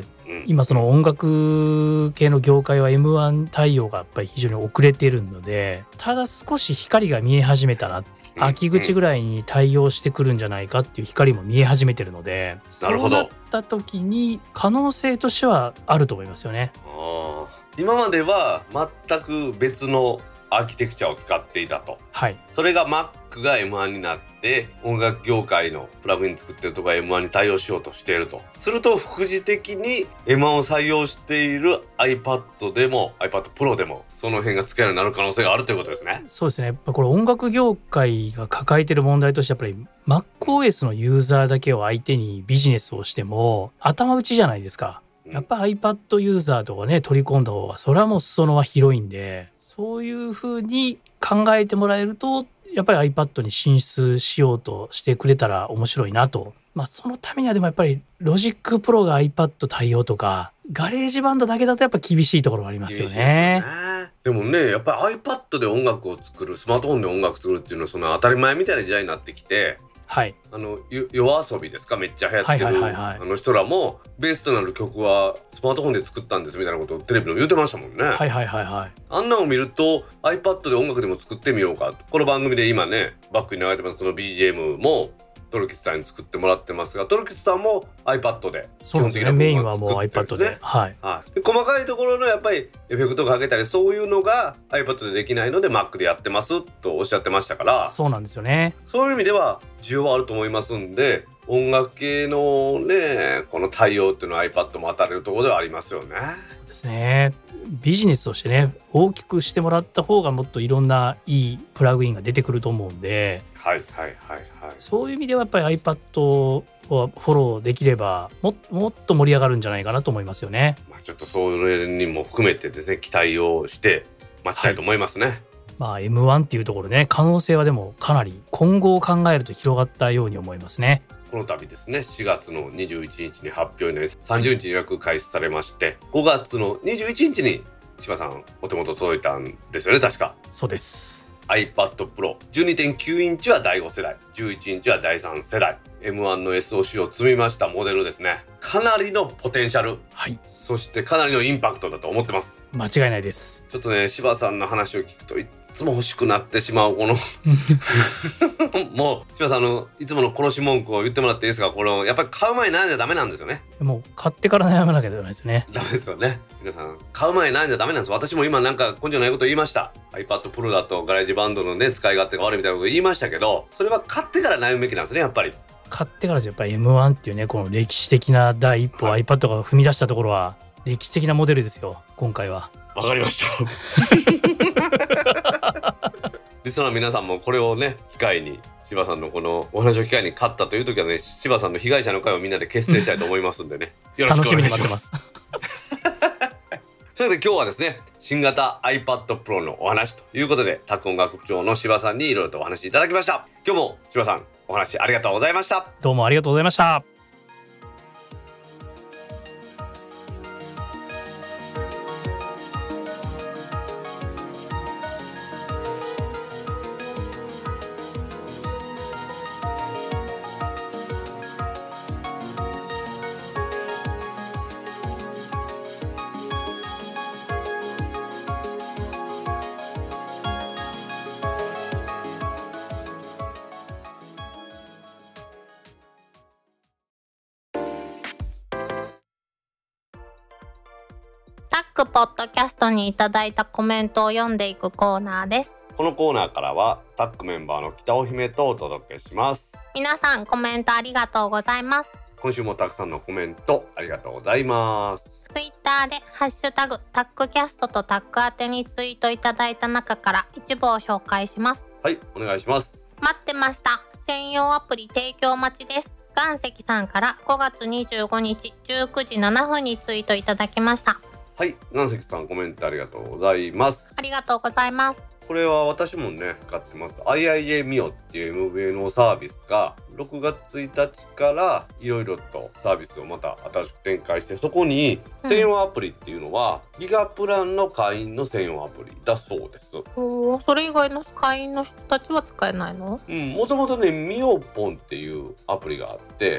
はい、うん、今その音楽系の業界は エムワン 対応がやっぱり非常に遅れてるので、ただ少し光が見え始めたな、秋口ぐらいに対応してくるんじゃないかっていう光も見え始めてるので、なるほど、そうなった時に可能性としてはあると思いますよね。あ、今までは全く別のアーキテクチャを使っていたと、はい、それが Mac が エムワン になって音楽業界のプラグイン作ってるところが エムワン に対応しようとしているとすると、副次的に エムワン を採用している iPad でも iPad Pro でもその辺が使えるようになる可能性があるということですね。そうですね。やっぱこれ音楽業界が抱えている問題としてやっぱり MacOS のユーザーだけを相手にビジネスをしても頭打ちじゃないですか。やっぱ iPad ユーザーとかね取り込んだ方がそれはもう裾野は広いんで、そういう風に考えてもらえるとやっぱり iPad に進出しようとしてくれたら面白いなと。まあそのためにはでもやっぱり Logic Pro が iPad 対応とかガレージバンドだけだとやっぱ厳しいところがありますよね。でもねやっぱり iPad で音楽を作る、スマートフォンで音楽作るっていうのはその当たり前みたいな時代になってきて、はい、あの夜遊びですかめっちゃ流行ってる、はいはいはいはい、あの人らもベースとなる曲はスマートフォンで作ったんですみたいなことをテレビでも言ってましたもんね。はいはいはいはい。あんなのを見ると iPad で音楽でも作ってみようかと。この番組で今ねバックに流れてますこの ビージーエム もトルキスさんに作ってもらってますが、トルキスさんも iPad で基本的な部分は作ってるんですね。メインはもう iPad で、はいはい、で細かいところのやっぱりエフェクトかけたりそういうのが iPad でできないので Mac でやってますとおっしゃってましたから、そうなんですよね。そういう意味では需要はあると思いますんで、音楽系のねこの対応っていうのは iPad も当たれるところではありますよね。そうですね。ビジネスとしてね大きくしてもらった方がもっといろんないいプラグインが出てくると思うんで、はいはいはいはい、そういう意味ではやっぱり iPad をフォローできれば も, もっと盛り上がるんじゃないかなと思いますよね。まあ、ちょっとそれにも含めてですね期待をして待ちたいと思いますね。はい、まあ エムワン っていうところね可能性はでもかなり今後を考えると広がったように思いますね。この度ですねしがつのにじゅういちにちに発表になりさんじゅうにちに予約開始されまして、ごがつのにじゅういちにちに柴さんお手元届いたんですよね確か。そうです。 iPad Pro じゅうにてんきゅう インチはだいご世代、じゅういちインチはだいさん世代 エムワン の エスオーシー を積みましたモデルですね。かなりのポテンシャル、はい、そしてかなりのインパクトだと思ってます。間違いないです。ちょっとね柴さんの話を聞くといつも欲しくなってしまうこのもう柴さんのいつもの殺し文句を言ってもらっていいですか。これやっぱり買う前に悩んじゃダメなんですよね。もう買ってから悩まなきゃダメですね。ダメですよね。皆さん買う前に悩んじゃダメなんです。私も今なんか根性ないこと言いました。 iPad Pro だとガレージバンドのね使い勝手が悪いみたいなこと言いましたけど、それは買ってから悩むべきなんですね。やっぱり買ってからです。やっぱり エムワン っていうねこの歴史的な第一歩、はい、iPad が踏み出したところは歴史的なモデルですよ今回は。わかりましたリスナーの皆さんもこれをね機会に柴さんのこのお話を機会に買ったという時はね柴さんの被害者の会をみんなで結成したいと思いますんでねよろしくお願いします。楽しみに待ってますそれで今日はですね新型 iPad Pro のお話ということでタック音楽部長の柴さんにいろいろとお話いただきました。今日も柴さんお話ありがとうございました。どうもありがとうございました。 ックポッドキャストにいただいたコメントを読んでいくコーナーです。 このコーナーからはタックメンバーの北尾姫とお届けします。 皆さんコメントありがとうございます。 今週もたくさんのコメントありがとうございます。 ツイッターでハッシュタグタックキャストとタック宛てにツイートいただいた中から一部を紹介します。 はい、お願いします。 待ってました。専用アプリ提供待ちです。岩石さんからごがつにじゅうごにちじゅうくじななふんにツイートいただきました。 はい、岩石さんコメントありがとうございます。 ありがとうございます。 これは私もね使ってます アイアイジェー ミオっていう エムブイ のサービスがろくがつついたちからいろいろとサービスをまた新しく展開して、そこに専用アプリっていうのは、うん、ギガプランの会員の専用アプリだそうです。 おー、それ以外の会員の人たちは使えないの？ うん、もともとねミオポンっていうアプリがあって、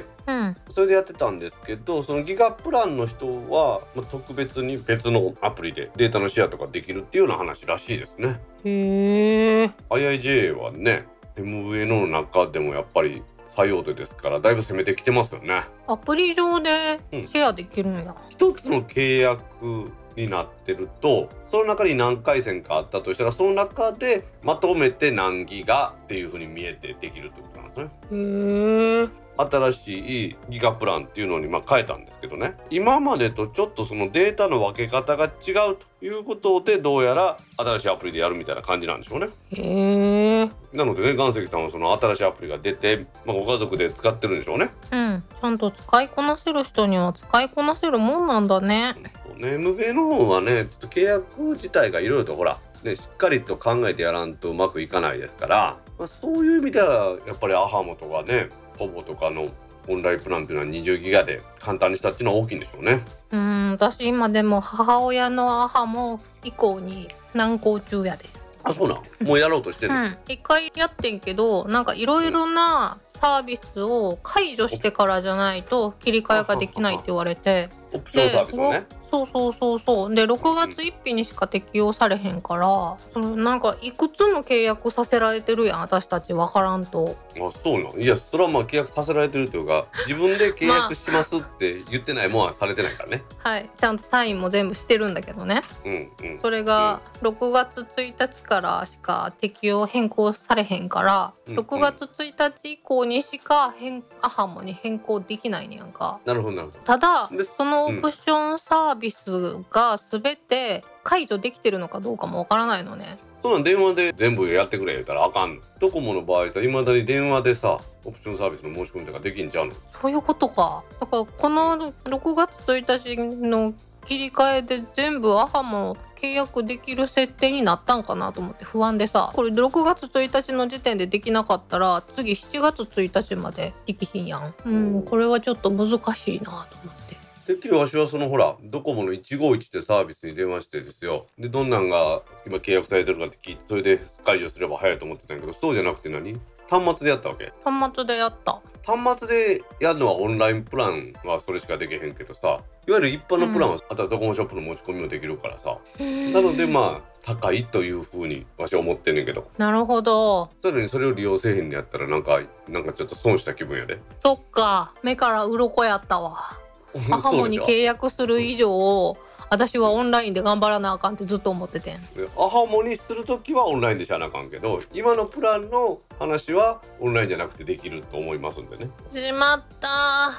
うん、それでやってたんですけど、そのギガプランの人は、まあ、特別に別のアプリでデータのシェアとかできるっていうような話らしいですね。 へー。 アイアイジェー はね エムブイ の中でもやっぱり最大手ですからだいぶ攻めてきてますよね。 アプリ上でシェアできるんや、うん、 一つの契約になってるとその中に何回線かあったとしたらその中でまとめて何ギガっていう風に見えてできるってことなんですね。 へー。 新しいギガプランっていうのにまあ変えたんですけどね、今までとちょっとそのデータの分け方が違うということでどうやら新しいアプリでやるみたいな感じなんでしょうね。 へー。 なのでね岩石さんはその新しいアプリが出て、まあ、ご家族で使ってるんでしょうね。 うん、ちゃんと使いこなせる人には使いこなせるもんなんだね。 そうね、エムブイ の方はねちょっと契約自体がいろいろとほらね、しっかりと考えてやらんとうまくいかないですから、まあ、そういう意味ではやっぱりアハモとかねポボとかのオンラインプランっていうのはにじゅうギガで簡単にしたっていうのは大きいんでしょうね。 うん、私今でも母親のアハモ以降に難航中やで。 あ、そうなん。もうやろうとしてる。 うん、一回やってんけどなんかいろいろなサービスを解除してからじゃないと切り替えができないって言われて、 オプションサービスね。 そうそうそうそうでろくがつついたちにしか適用されへんから、そのなんかいくつも契約させられてるやん私たち分からんと。 あ、そうなん。いやそれはまあ契約させられてるというか自分で契約しますって言ってないもんはされてないからね。 まあ、はい、ちゃんとサインも全部してるんだけどね、 うんうん、 それがろくがつついたちからしか適用変更されへんから、うんうん、ろくがつついたち以降にしか変アハモに変更できないねやんか。 なるほどなるほど。 ただそのオプションサービスが全て解除できてるのかどうかもわからないのね。 そんなん電話で全部やってくれ言ったらあかんの。ドコモの場合さ、未だに電話でさオプションサービスの申し込みとかできんちゃうの。 そういうことか。だからこのろくがつついたちの切り替えで全部アハも契約できる設定になったんかなと思って不安でさ、これろくがつついたちの時点でできなかったら次しちがつついたちまでできひんやん。うん、これはちょっと難しいなと思って。 てっきりわしはそのほらドコモのいちごいちってサービスに電話してですよ、でどんなんが今契約されてるかって聞いてそれで解除すれば早いと思ってたんやけど、そうじゃなくて何端末でやったわけ。 端末でやった。 端末でやるのはオンラインプランはそれしかできへんけどさ、いわゆる一般のプランは、うん、あとはドコモショップの持ち込みもできるからさ、なのでまあ高いという風にわしは思ってんねんけど。 なるほど。 それにそれを利用せえへんのやったらなんかなんかちょっと損した気分やで。 そっか、目から鱗やったわ。アハモに契約する以上私はオンラインで頑張らなあかんってずっと思っててん。 アハモにするときはオンラインでしゃなあかんけど、今のプランの話はオンラインじゃなくてできると思いますんでね。 しまった、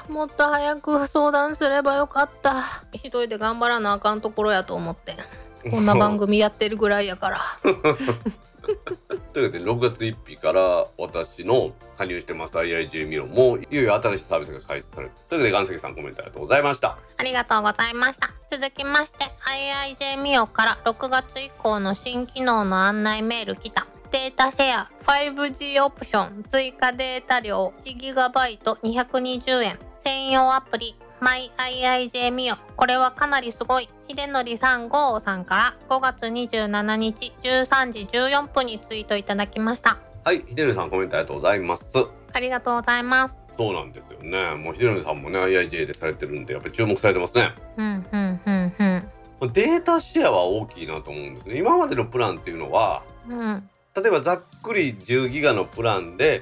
もっと早く相談すればよかった。一人で頑張らなあかんところやと思ってこんな番組やってるぐらいやからというわけでろくがつついたちから私の加入してます アイアイジェー ミオもいよいよ新しいサービスが開始されるというわけで岩石さんコメントありがとうございました。 ありがとうございました。続きまして アイアイジェー ミオからろくがつ以降の新機能の案内メール来た。データシェア ファイブジー オプション追加データ量 いちギガバイトにひゃくにじゅうえん専用アプリマイ アイアイジェー ミオ、これはかなりすごい。秀則さんごーさんからごがつにじゅうしちにちじゅうさんじじゅうよんぷんにツイートいただきました。 はい、秀則さんコメントありがとうございます。 ありがとうございます。 そうなんですよね。もう秀則さんもね アイアイジェー でされてるんでやっぱり注目されてますね。 うんうんうんうん。 データシェアは大きいなと思うんですね。今までのプランっていうのは、 うん、 例えばざっくりじゅうギガのプランで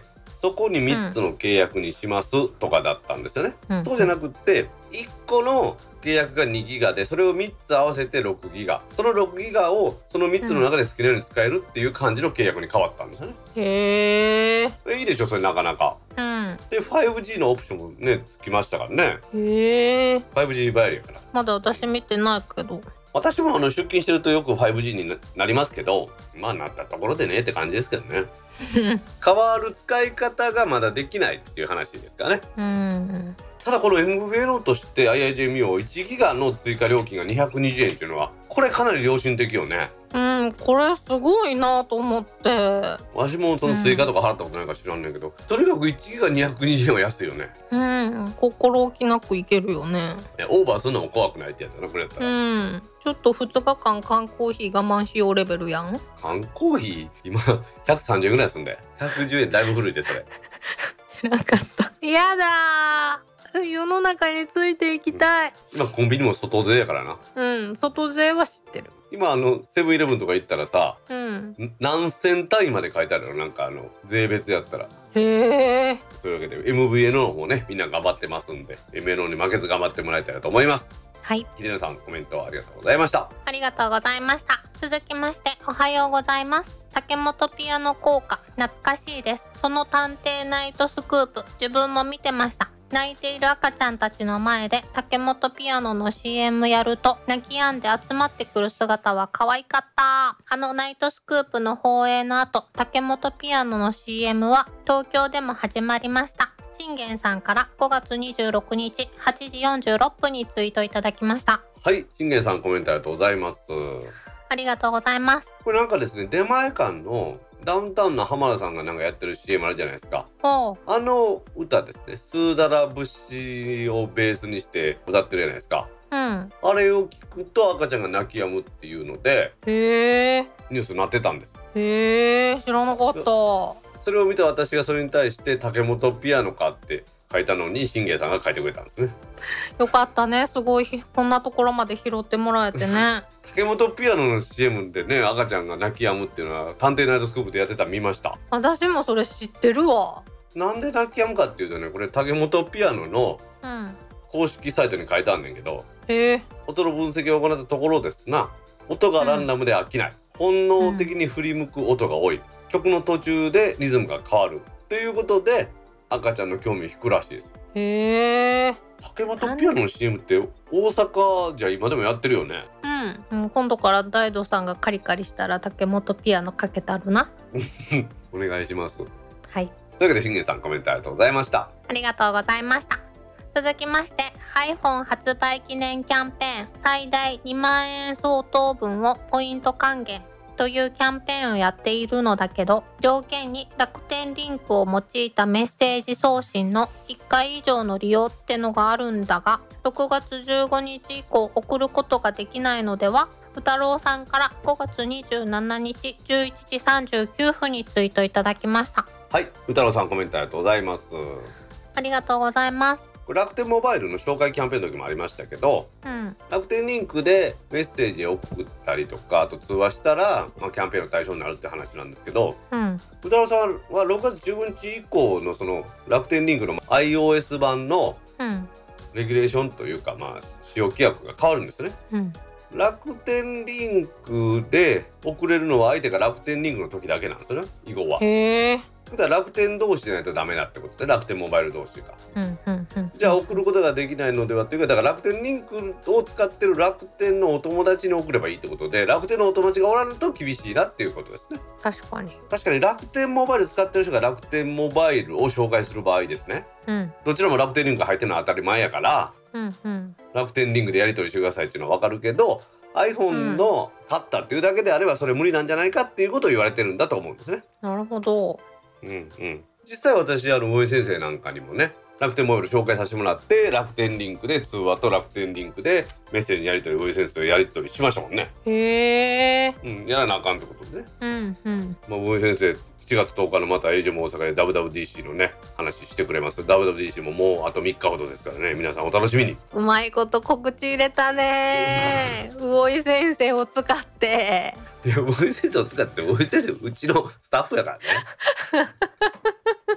そこにみっつの契約にしますとかだったんですよね、 うん、 そうじゃなくっていっこの契約がにギガでそれをみっつ合わせてろくギガ、そのろくギガをそのみっつの中で好きなように使えるっていう感じの契約に変わったんですよね。 へえいいでしょそれなかなか。 うんで ファイブジー のオプションもねつきましたからね。 へえファイブジー バイルやから。 まだ私見てないけど、 私もあの出勤してるとよく ファイブジー に な, なりますけど、まあなったところでねって感じですけどね変わる使い方がまだできないっていう話ですかね。 うんただこの エムブイエヌ として アイアイジェー ミオいちギガの追加料金がにひゃくにじゅうえんっていうのはこれかなり良心的よね。 うんこれすごいなと思って。 わしもその追加とか払ったことないから知らんねんけど、うん、とにかくいちギガにひゃくにじゅうえんは安いよね。 うん心置きなくいけるよね。 オーバーするのも怖くないってやつだなこれやったら。 うんちょっとふつかかん缶コーヒー我慢しようレベルやん。 缶コーヒー今ひゃくさんじゅうえんぐらいすんでひゃくじゅうえんだいぶ古いでそれ知らんかった。やだ世の中についていきたい、 うん、今コンビニも外税やからな。 うん外税は知ってる。 今あのセブンイレブンとか行ったらさ、 うん、 何千単位まで書いてあるのなんかあの税別やったら。 へえ。 そういうわけで エムブイエヌ の方ねみんな頑張ってますんで エムエヌ に負けず頑張ってもらいたいなと思います。 はい、 秀乃さんコメントありがとうございました。 ありがとうございました。続きましておはようございます。竹本ピアノ効果懐かしいです。その探偵ナイトスクープ自分も見てました。泣いている赤ちゃんたちの前で竹本ピアノの シーエム やると泣き止んで集まってくる姿は可愛かった。あのナイトスクープの放映の後竹本ピアノの シーエム は東京でも始まりました。信玄さんからごがつにじゅうろくにちはちじよんじゅうろっぷんにツイートいただきました。 はい、信玄さんコメントありがとうございます。 ありがとうございます。 これなんかですね出前館のダウンタウンの浜田さんがなんかやってる シーエム あるじゃないですか。あの歌ですねスーダラ節をベースにして歌ってるじゃないですか。 うん、 あれを聞くと赤ちゃんが泣き止むっていうのでへーニュースになってたんです。 へー知らなかった。 それを見た私がそれに対して竹本ピアノかって書いたのに信玄さんが書いてくれたんですね。 よかったねすごいこんなところまで拾ってもらえてね竹本ピアノの シーエム でね赤ちゃんが泣き止むっていうのは探偵ナイトスクープでやってたの見ました。 私もそれ知ってるわ。 なんで泣き止むかっていうとねこれ竹本ピアノの公式サイトに書いてあんねんけど、 うん、へー音の分析を行ったところですな音がランダムで飽きない、うん、本能的に振り向く音が多い、うん、曲の途中でリズムが変わるということで赤ちゃんの興味を引くらしいです。 へー竹本ピアノの シーエム って大阪じゃ今でもやってるよね。 うん、うん、今度から大道さんがカリカリしたら竹本ピアノかけたるなお願いします。 はい、 というわけで信玄さんコメントありがとうございました。 ありがとうございました。続きまして iPhone 発売記念キャンペーン最大にまんえん相当分をポイント還元というキャンペーンをやっているのだけど条件に楽天リンクを用いたメッセージ送信のいっかい以上の利用ってのがあるんだがろくがつじゅうごにち以降送ることができないのでは。うたろうさんからごがつにじゅうしちにちじゅういちじさんじゅうきゅうふんにツイートいただきました。 はい、うたろうさんコメントありがとうございます。 ありがとうございます。 楽天モバイルの紹介キャンペーンの時もありましたけど、 うん、 楽天リンクでメッセージを送ったりとかあと通話したら、まあ、キャンペーンの対象になるって話なんですけど、 うん、 うたろうさんはろくがつじゅうごにち以降のその楽天リンクの iOS 版のレギュレーションというか、まあ、使用規約が変わるんですね、 うん、 楽天リンクで送れるのは相手が楽天リンクの時だけなんですよね以後は。 へーだから楽天同士じゃないとダメだってことで楽天モバイル同士が、 うんうんうん、 じゃあ送ることができないのではというかだから楽天リンクを使ってる楽天のお友達に送ればいいってことで楽天のお友達がおらんと厳しいなっていうことですね。 確かに確かに楽天モバイル使ってる人が楽天モバイルを紹介する場合ですね、 うん、 どちらも楽天リンクが入ってるのは当たり前やから、 うんうん、 楽天リンクでやり取りしてくださいっていうのは分かるけど iPhone の買ったっていうだけであればそれ無理なんじゃないかっていうことを言われてるんだと思うんですね。 なるほど、 うんうん、実際私あの大江先生なんかにもね楽天モバイル紹介させてもらって楽天リンクで通話と楽天リンクでメッセージやり取り大江先生とやり取りしましたもんね。 へー、 うん、やらなあかんってことでね、 うんうんまあ、大江先生しちがつとおかのまたエイジも大阪で ダブリューダブリューディーシー のね話してくれます。 ダブリューダブリューディーシー ももうあとみっかほどですからね皆さんお楽しみに。 うまいこと告知入れたね魚井先生を使って。 いや大江先生を使って大江先生うちのスタッフやからね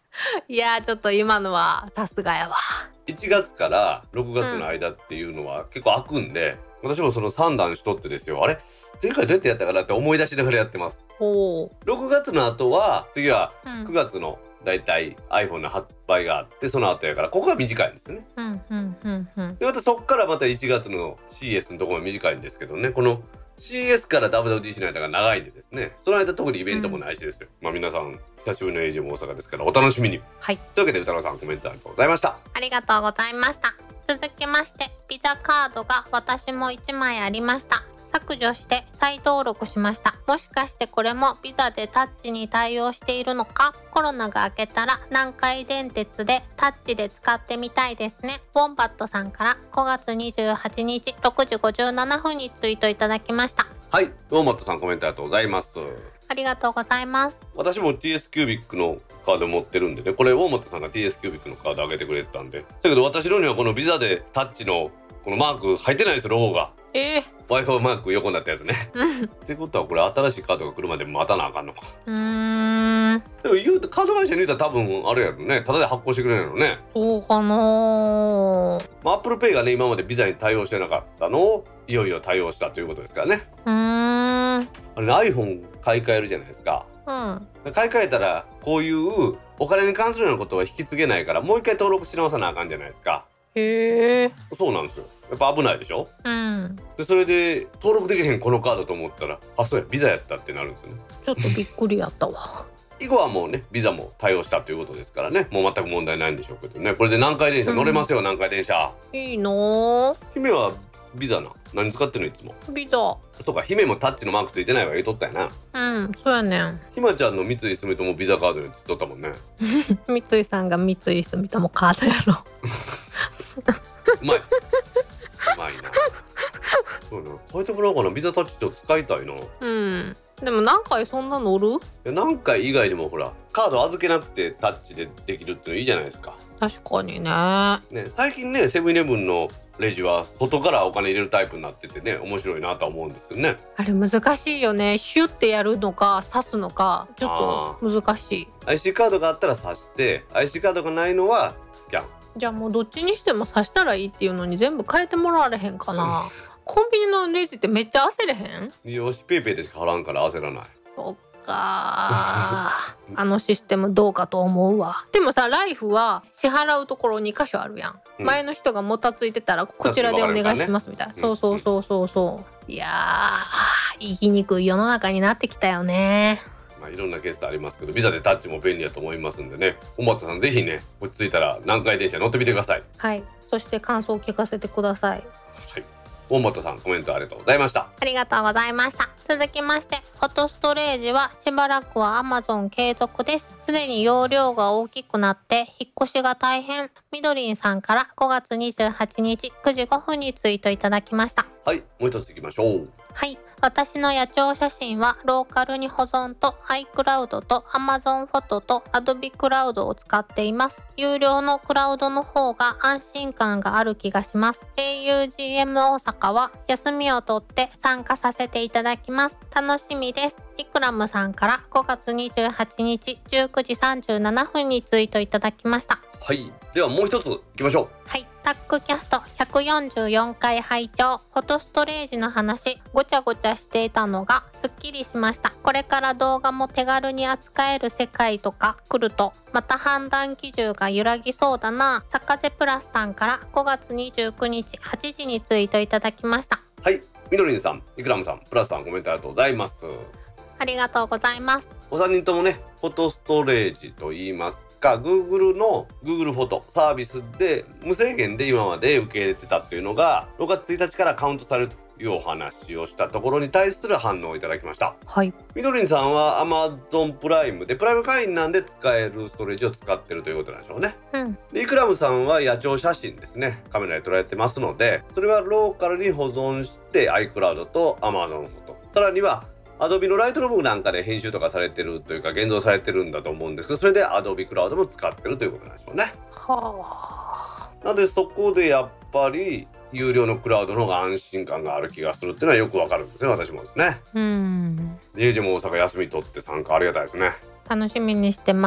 いやちょっと今のはさすがやわ。 いちがつからろくがつの間っていうのは結構空くんで、うん、私もそのさんだんしとってですよ、あれ前回どうやってやったかなって思い出しながらやってます。 おろくがつの後は次はくがつのだいたい iPhone の発売があってその後やからここが短いんですね、 うんうんうんうん、 でまたそっからまたいちがつの シーエス のところが短いんですけどね、この シーエス から ダブリューダブリューディーシー の間が長いんでですね、その間特にイベントもないしですよ、うん、まあ皆さん久しぶりのエイジも大阪ですからお楽しみに。 はい、 というわけで歌野さんコメントありがとうございました。 ありがとうございました。続きましてビザカードが私もいちまいありました。削除して再登録しました。もしかしてこれもビザでタッチに対応しているのか。コロナが明けたら南海電鉄でタッチで使ってみたいですね。ウォンバットさんからごがつにじゅうはちにちろくじごじゅうななふんにツイートいただきました。 はい、ウォンバットさんコメントありがとうございます。 ありがとうございます。 私も ティーエス キュービックのカード持ってるんでね、これウォンバットさんが ティーエス キュービックのカードあげてくれてたんで、だけど私のにはこのビザでタッチのこのマーク入ってないです、ロゴが。 えー、 Wi-Fi マーク横になったやつね。 うんってことはこれ新しいカードが来るまで待たなあかんのか。 うーんでも言うとカード会社に言うたら多分あれやろね、タダで発行してくれるのね。 そうかな。 まあ Apple Pay がね今までビザに対応してなかったのをいよいよ対応したということですからね。 うーんあれね iPhone 買い替えるじゃないですか。 うん、 買い替えたらこういうお金に関するようなことは引き継げないからもう一回登録し直さなあかんじゃないですか。 へえ。 そうなんですよ。やっぱ危ないでしょ。 うんでそれで登録できへんこのカードと思ったらあそうやビザやったってなるんですよね。 ちょっとびっくりやったわ。 以後はもうねビザも対応したということですからね、もう全く問題ないんでしょうけどね。これで南海電車乗れますよ、うん、南海電車いいの。 姫はビザな何使ってるのいつも。 ビザ。 そうか、姫もタッチのマークついてないわ言うとったやな。うんそうやねん。 ひまちゃんの三井住友ビザカードにつっとったもんね。 三井さんが三井住友カードやろ。 うまいうまいな。そうな、変えてもらおうかな、ビザタッチちょっと使いたいな。 うんでも何回そんな乗る？いや何回以外でもほらカード預けなくてタッチでできるってのいいじゃないですか。 確かに ね, ね最近ねセブンイレブンのレジは外からお金入れるタイプになっててね面白いなとは思うんですけどね。 あれ難しいよね。シュッてやるのか刺すのかちょっと難しい。 アイシー カードがあったら刺して、 アイシー カードがないのはスキャン。 じゃあもうどっちにしても刺したらいいっていうのに全部変えてもらわれへんかな。コンビニのレジってめっちゃ焦れへん？ よしペイペイでしか払わんから焦らない。 そっかあのシステムどうかと思うわ。でもさライフは支払うところに箇所あるやん、うん、前の人がもたついてたらこちらでお願いしますみたいな、ね、そうそうそうそうそう、いやー言いにくい世の中になってきたよね。 まあ、いろんなケースありますけどビザでタッチも便利だと思いますんでね、お松さんぜひね落ち着いたら南海電車乗ってみてください。 はい、そして感想を聞かせてください。 はい、大本さんコメントありがとうございました。 ありがとうございました。続きましてフォトストレージはしばらくは Amazon 継続です。すでに容量が大きくなって引っ越しが大変。みどりんさんからごがつにじゅうはちにちくじごふんにツイートいただきました。 はい、もう一ついきましょう。 はい、私の野鳥写真はローカルに保存と iCloud と Amazon フォトと Adobe クラウドを使っています。有料のクラウドの方が安心感がある気がします。 エーユージーエム 大阪は休みを取って参加させていただきます。楽しみです。イクラムさんからごがつにじゅうはちにちじゅうくじさんじゅうななふんにツイートいただきました。 はい、ではもう一ついきましょう。 はい、タックキャストひゃくよんじゅうよんかい拝聴。フォトストレージの話ごちゃごちゃしていたのがすっきりしました。これから動画も手軽に扱える世界とか来るとまた判断基準が揺らぎそうだな。サカゼプラスさんからごがつにじゅうくにちはちじにツイートいただきました。 はい、みどりんさん、イクラムさん、プラスさんコメントありがとうございます。 ありがとうございます。 お三人ともねフォトストレージと言いますか Google の Google フォトサービスで無制限で今まで受け入れてたっていうのがろくがつついたちからカウントされるというお話をしたところに対する反応をいただきました。 はい、 みどりんさんは Amazon プライムでプライム会員なんで使えるストレージを使ってるということなんでしょうね、 うん、でイクラムさんは野鳥写真ですね、カメラで捉えてますのでそれはローカルに保存して iCloud と Amazon フォト、さらにはAdobe のライトルームなんかで編集とかされてるというか現像されてるんだと思うんですけど、それで Adobe クラウドも使ってるということなんでしょうね。 はあ。 なのでそこでやっぱり有料のクラウドの方が安心感がある気がするっていうのはよくわかるんですね、私もですね。 うん。 エイジも大阪休み取って参加ありがたいですね。 楽しみにしてます。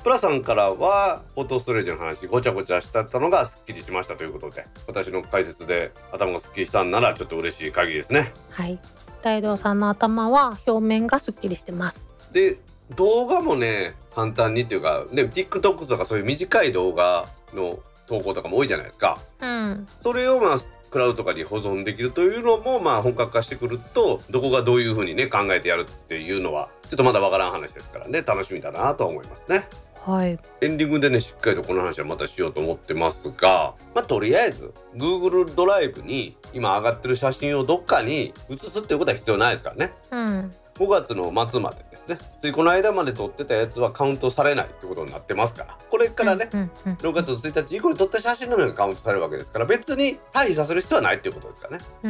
プラさんからはフォトストレージの話ごちゃごちゃしたのがすっきりしましたということで、私の解説で頭がすっきりしたんならちょっと嬉しい限りですね。 はい、大道さんの頭は表面がすっきりしてます。 で動画もね簡単にっていうかね TikTok とかそういう短い動画の投稿とかも多いじゃないですか、 うん、 それをまあクラウドとかに保存できるというのもまあ本格化してくると、どこがどういう風にね考えてやるっていうのはちょっとまだわからん話ですからね、楽しみだなと思いますね。 はい、 エンディングでねしっかりとこの話はまたしようと思ってますが、まあとりあえず Google ドライブに今上がってる写真をどっかに写すっていうことは必要ないですからね、 うん、 ごがつの末までですね、ついこの間まで撮ってたやつはカウントされないってことになってますから、これからね、 うんうんうん、 ろくがつついたち以降に撮った写真のみがカウントされるわけですから、別に退避させる必要はないっていうことですからね、 うん、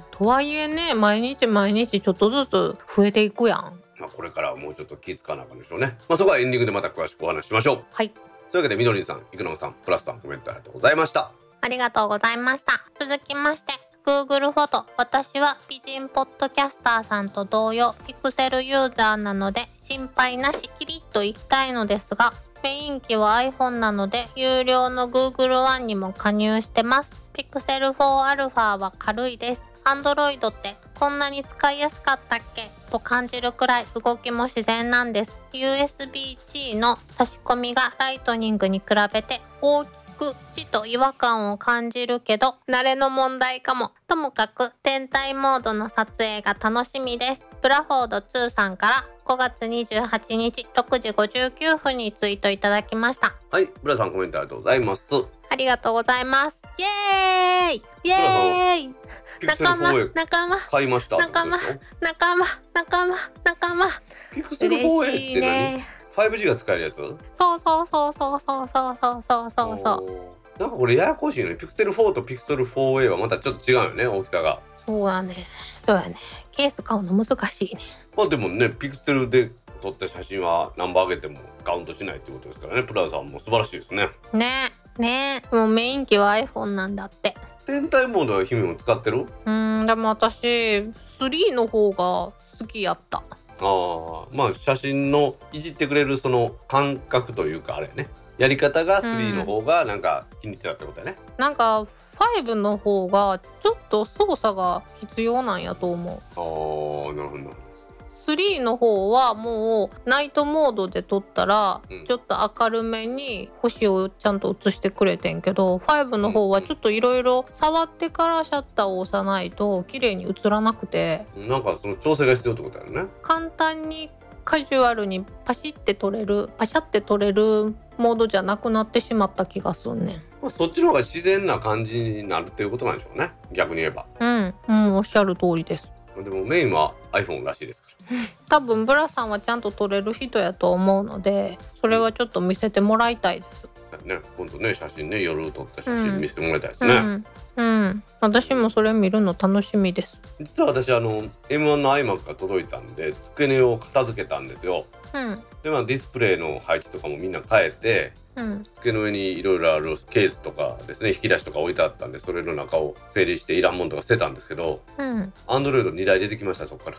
とはいえね毎日毎日ちょっとずつ増えていくやん。 まあ、これからはもうちょっと気づかなあかんでしょうね。まあ、そこはエンディングでまた詳しくお話ししましょう。 はい、 というわけでみどりんさん、いくのさん、プラスさん、コメントありがとうございました。 ありがとうございました。続きまして Google フォト、私は美人ポッドキャスターさんと同様ピクセルユーザーなので心配なしキリッといきたいのですが、メイン機は iPhone なので有料の Google One にも加入してます。 Pixel フォー Alpha は軽いです。 Android ってこんなに使いやすかったっけと感じるくらい動きも自然なんです。 ユーエスビー-C の差し込みがライトニングに比べて大きくちと違和感を感じるけど慣れの問題かも。ともかく天体モードの撮影が楽しみです。ブラフォードツーさんからごがつにじゅうはちにちろくじごじゅうきゅうふんにツイートいただきました。 はい、ブラさんコメントありがとうございます。 ありがとうございます。イエーイイエーイ、仲間仲間買いました仲間仲間仲間仲間、 ピクセル フォーエー って何、 ね、 ファイブジー が使えるやつ。 そうそうそうそうそうそうそうそうそうそうなんかこれややこしいよね。ピクセルフォーとピクセル フォーエー はまたちょっと違うよね、大きさが。 そうやねそうやねケース買うの難しいね。 まあでもねピクセルで撮った写真は何本上げてもカウントしないってことですからね。プラザさんも素晴らしいですね。 ねねもうメイン機は iPhone なんだって。 天体モードは姫も使ってる？ うんでも私スリーの方が好きやった。 ああ、まあ写真のいじってくれるその感覚というかあれね、やり方がスリーの方がなんか気に入ってたってことだね、 うん、なんかファイブの方がちょっと操作が必要なんやと思う。 ああ、なるほど。 スリーの方はもうナイトモードで撮ったらうんちょっと明るめに星をちゃんと映してくれてんけど、ファイブの方はちょっといろいろ触ってからシャッターを押さないと綺麗に映らなくて、 なんかその調整が必要ってことだよね。 簡単にカジュアルにパシって撮れるパシャって撮れるモードじゃなくなってしまった気がすんねん。 まあ、そっちの方が自然な感じになるっていうことなんでしょうね、逆に言えば。 うん、うん、おっしゃる通りです。 でもメインは iPhone らしいですから多分ブラさんはちゃんと撮れる人やと思うので、それはちょっと見せてもらいたいです。 ね、今度ね写真ね、夜撮った写うん真見せてもらいたいですね。 うん、うん、私もそれ見るの楽しみです。 実は私あの エムワン の iMac が届いたんで机を片付けたんですよ。 うんでまあディスプレイの配置とかもみんな変えて、 うん机の上にいろいろあるケースとかですね、引き出しとか置いてあったんで、それの中を整理していらんもんとか捨てたんですけど、 うん Android にだい出てきました。そこから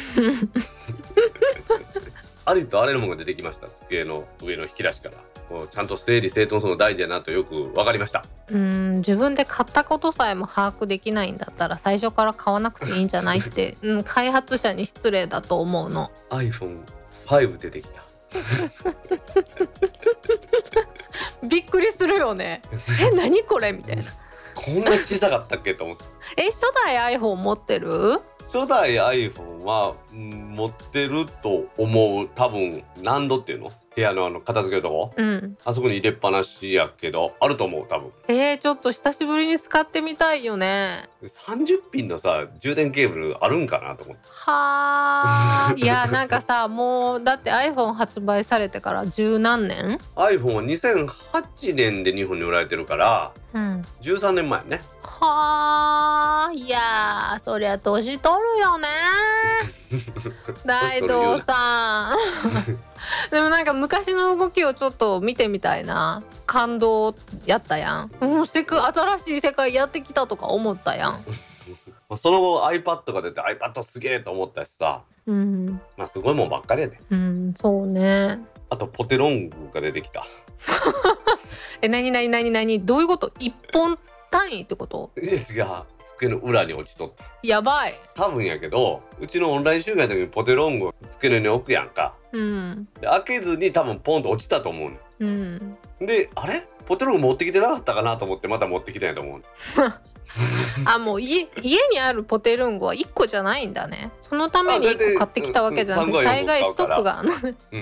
ありとあらゆるものが出てきました。机の上の引き出しからもうちゃんと整理整頓するの大事やなとよく分かりました。 うん、自分で買ったことさえも把握できないんだったら最初から買わなくていいんじゃないって、うん、開発者に失礼だと思うの。 アイフォンファイブ 出てきたびっくりするよねえ、何これみたいなこんな小さかったっけと思ってえ、初代 iPhone 持ってる？ 初代 iPhone は、うん、持ってると思う。多分何度っていうの、部屋のあの片付けるとこ、 うん、 あそこに入れっぱなしやけどあると思う多分。 えー、ちょっと久しぶりに使ってみたいよね。 さんじゅっピンのさ充電ケーブルあるんかなと思って。 はーいやなんかさもうだって iPhone 発売されてから十何年？ iPhone はにせんはちねんで日本に売られてるからうんじゅうさんねんまえね。 はーいやーそりゃ年取るよね大道さんでもなんか昔の動きをちょっと見てみたいな。感動やったやん。もうせく新しい世界やってきたとか思ったやんその後 iPad が出て iPad すげえと思ったしさ、 うん、 まあすごいもんばっかりやで。 うん、そうね。 あとポテロングが出てきた。 え、なになになになに、どういうこと？一本単位ってこと？ いや違う、机の裏に落ちとった。 やばい。 多分やけど、うちのオンライン集会の時にポテロングを机の上に置くやんか。 うん。 で開けずに多分ポンと落ちたと思うね。 うん。 で、あれポテロング持ってきてなかったかなと思ってまた持ってきたんやと思う。 あ、もう家, 家にあるポテルングはいっこじゃないんだね。そのためにいっこ買ってきたわけじゃなくて、大概ストックが、うん、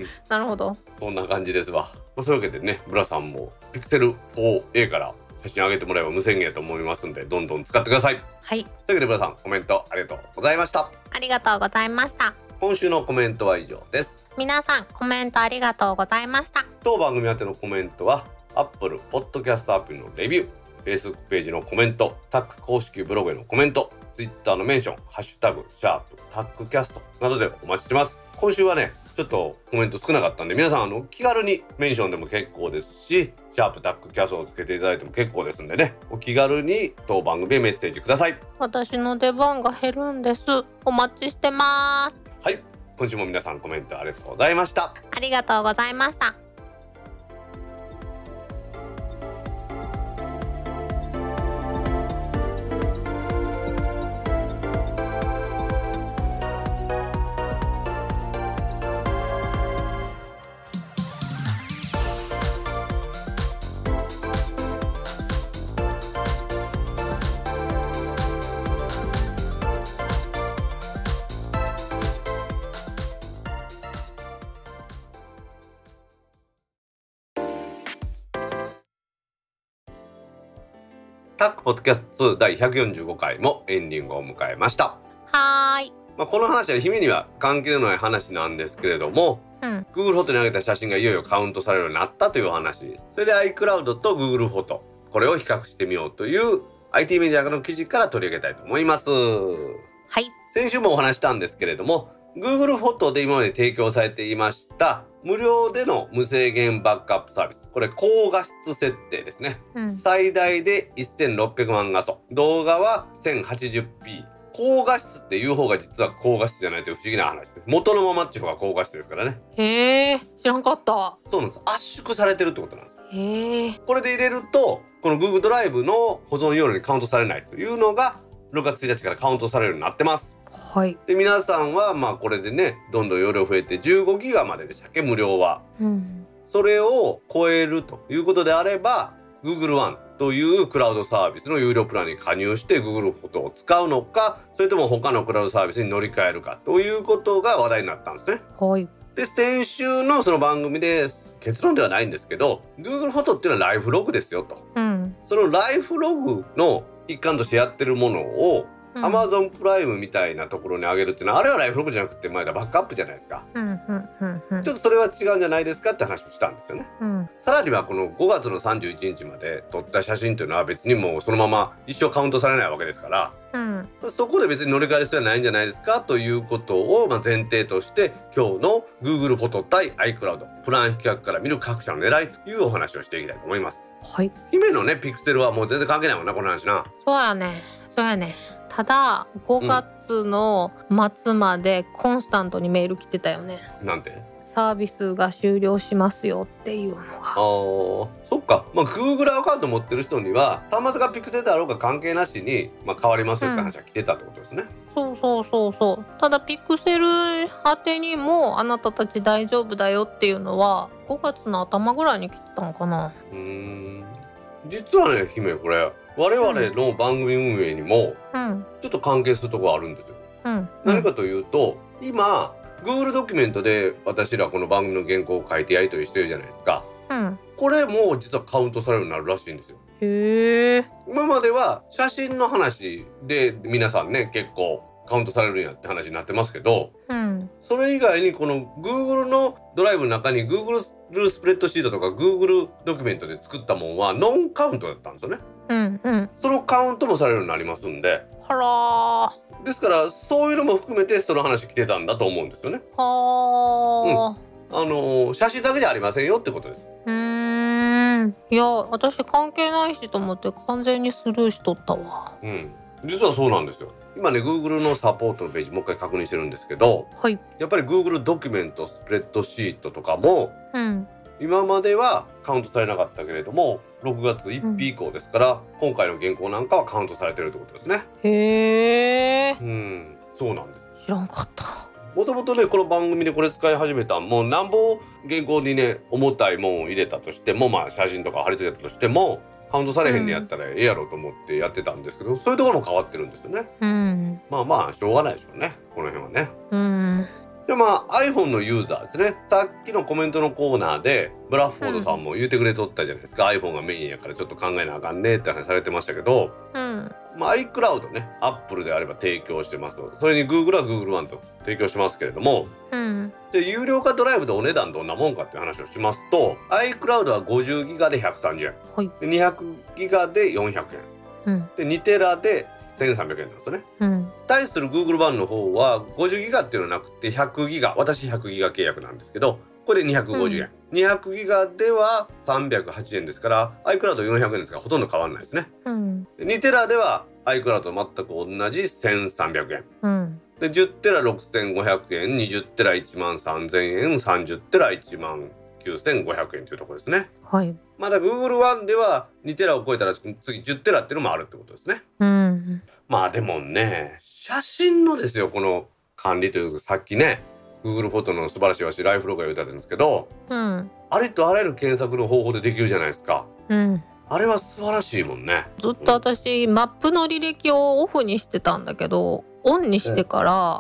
なるほど。 そんな感じですわ。そういうわけでね、ブラさんもピクセル フォーエー から写真上げてもらえば無制限だと思いますんで、どんどん使ってください。 はい。というわけでブラさん、コメントありがとうございました。 ありがとうございました。 今週のコメントは以上です。 皆さんコメントありがとうございました。 当番組宛てのコメントは Apple Podcast アプリのレビュー、Facebook ページのコメント、タック公式ブログへのコメント、Twitter のメンション、ハッシュタグシャープタックキャストなどでお待ちしてます。今週はねちょっとコメント少なかったんで、皆さんあの気軽にメンションでも結構ですし、シャープタックキャストをつけていただいても結構ですんでね、お気軽に当番組へメッセージください。 私の出番が減るんです。お待ちしてます。 はい、今週も皆さんコメントありがとうございました。 ありがとうございました。 タックポッドキャストだいひゃくよんじゅうごかいもエンディングを迎えました。 はーい、 まあ、この話は姫には関係のない話なんですけれども、うん、Google フォトに上げた写真がいよいよカウントされるようになったという話です。それで iCloud と Google フォト、これを比較してみようという アイティー メディアの記事から取り上げたいと思います。 はい、 先週もお話したんですけれども、 Google フォトで今まで提供されていました無料での無制限バックアップサービス、これ高画質設定ですね、うん、最大でせんろっぴゃくまん画素、動画は せんはちじゅうピー、 高画質っていう方が実は高画質じゃないという不思議な話です。元のままっていう方が高画質ですからね。 へえ、知らんかった。 そうなんです、圧縮されてるってことなんです。 へえ。 これで入れるとこの Google ドライブの保存容量にカウントされないというのがろくがつついたちからカウントされるようになってます。 はい、 で皆さんはまあこれでねどんどん容量増えてじゅうごギガまででしたっけ、無料は、うん、それを超えるということであれば Google One というクラウドサービスの有料プランに加入して Google フォトを使うのか、それとも他のクラウドサービスに乗り換えるかということが話題になったんですね。 はい、 で先週のその番組で結論ではないんですけど、 Google フォトっていうのはライフログですよと、うん、そのライフログの一環としてやってるものをアマゾンプライムみたいなところに上げるっていうのは、あれはライフログじゃなくて前だバックアップじゃないですか、うんうんうんうん、ちょっとそれは違うんじゃないですかって話をしたんですよね、うん、さらにはこのごがつのさんじゅういちにちまで撮った写真というのは別にもうそのまま一生カウントされないわけですから、うん、そこで別に乗り換える必要はないんじゃないですかということをまあ前提として、今日の Google フォト対 iCloud プラン比較から見る各社の狙いというお話をしていきたいと思います。 はい、 姫のねピクセルはもう全然関係ないもんなこの話な。 そうやねそうやね。ただごがつの末までコンスタントにメール来てたよね。 なんて？ サービスが終了しますよっていうのが。 あー、そっか。まあ Google アカウント持ってる人には端末がピクセルだろうが関係なしに、まあ、変わりますよって話が来てたってことですね、 うん、そうそうそうそう。ただピクセル宛てにもあなたたち大丈夫だよっていうのはごがつの頭ぐらいに来てたのかな。 うーん、実はね姫、これ我々の番組運営にもちょっと関係するところあるんですよ、うん、何かというと、今 Google ドキュメントで私らこの番組の原稿を書いてやり取りしてるじゃないですか、うん、これも実はカウントされるようになるらしいんですよ。 へー。 今までは写真の話で皆さんね結構カウントされるんやって話になってますけど、うん、それ以外にこの Google のドライブの中に Google スプレッドシートとか Google ドキュメントで作ったもんはノンカウントだったんですよね、うんうん、そのカウントもされるようになりますんで、 はらですからそういうのも含めてその話来てたんだと思うんですよね。は、うん、あの写真だけじゃありませんよってことです。 うーん、いや私関係ないしと思って完全にスルーしとったわ。 うん、実はそうなんですよ。 今ね Google のサポートのページもう一回確認してるんですけど、 はい、 やっぱり Google ドキュメントスプレッドシートとかも、 うん、 今まではカウントされなかったけれどもろくがつついたち以降ですから、うん、今回の原稿なんかはカウントされてるってことですね。 へー、 うん、そうなんです。 知らんかった。 もともとねこの番組でこれ使い始めたもうなんぼ原稿にね重たいもんを入れたとしても、まあ写真とか貼り付けたとしてもカウントされへんにやったらええやろと思ってやってたんですけど、うん、そういうところも変わってるんですよね、 うん、 まあまあしょうがないでしょうねこの辺はね、 うん、 でまあ iPhone のユーザーですね。さっきのコメントのコーナーでブラッフォードさんも言ってくれとったじゃないですか、うん、iPhone がメインやからちょっと考えなあかんねって話されてましたけど、 うん、 まあ、iCloud ね Apple であれば提供してます。それに Google は Google One と提供してますけれども、 うん、 で有料化ドライブでお値段どんなもんかっていう話をしますと iCloud はごじゅうギガでひゃくさんじゅうえん、 はい、 でにひゃくギガでよんひゃくえん、うん、でにテラでせんさんびゃくえんなんですよね、うん、対する Google One の方はごじゅうギガっていうのはなくてひゃくギガ、私ひゃくギガ契約なんですけどこれでにひゃくごじゅうえん、うん、にひゃくギガではさんびゃくはちじゅうえんですから iCloud よんひゃくえんですからほとんど変わらないですね、うん、にテラでは iCloud と全く同じせんさんびゃくえん、うん、でじゅうテラろくせんごひゃくえん、にじゅうテラいちまんさんぜんえん、さんじゅうテラいちまんきゅうせんごひゃくえんというところですね。 はい。 まだ Google One ではにテラを超えたら次じゅうテラっていうのもあるってことですね。 うん。 まあでもね、写真のですよこの管理というか、さっきね Google フォトの素晴らしいわしライフログが言うたんですけど、うん、ありとあらゆる検索の方法でできるじゃないですか。うん。あれは素晴らしいもんね。 ずっと私、うん、マップの履歴をオフにしてたんだけどオンにしてから、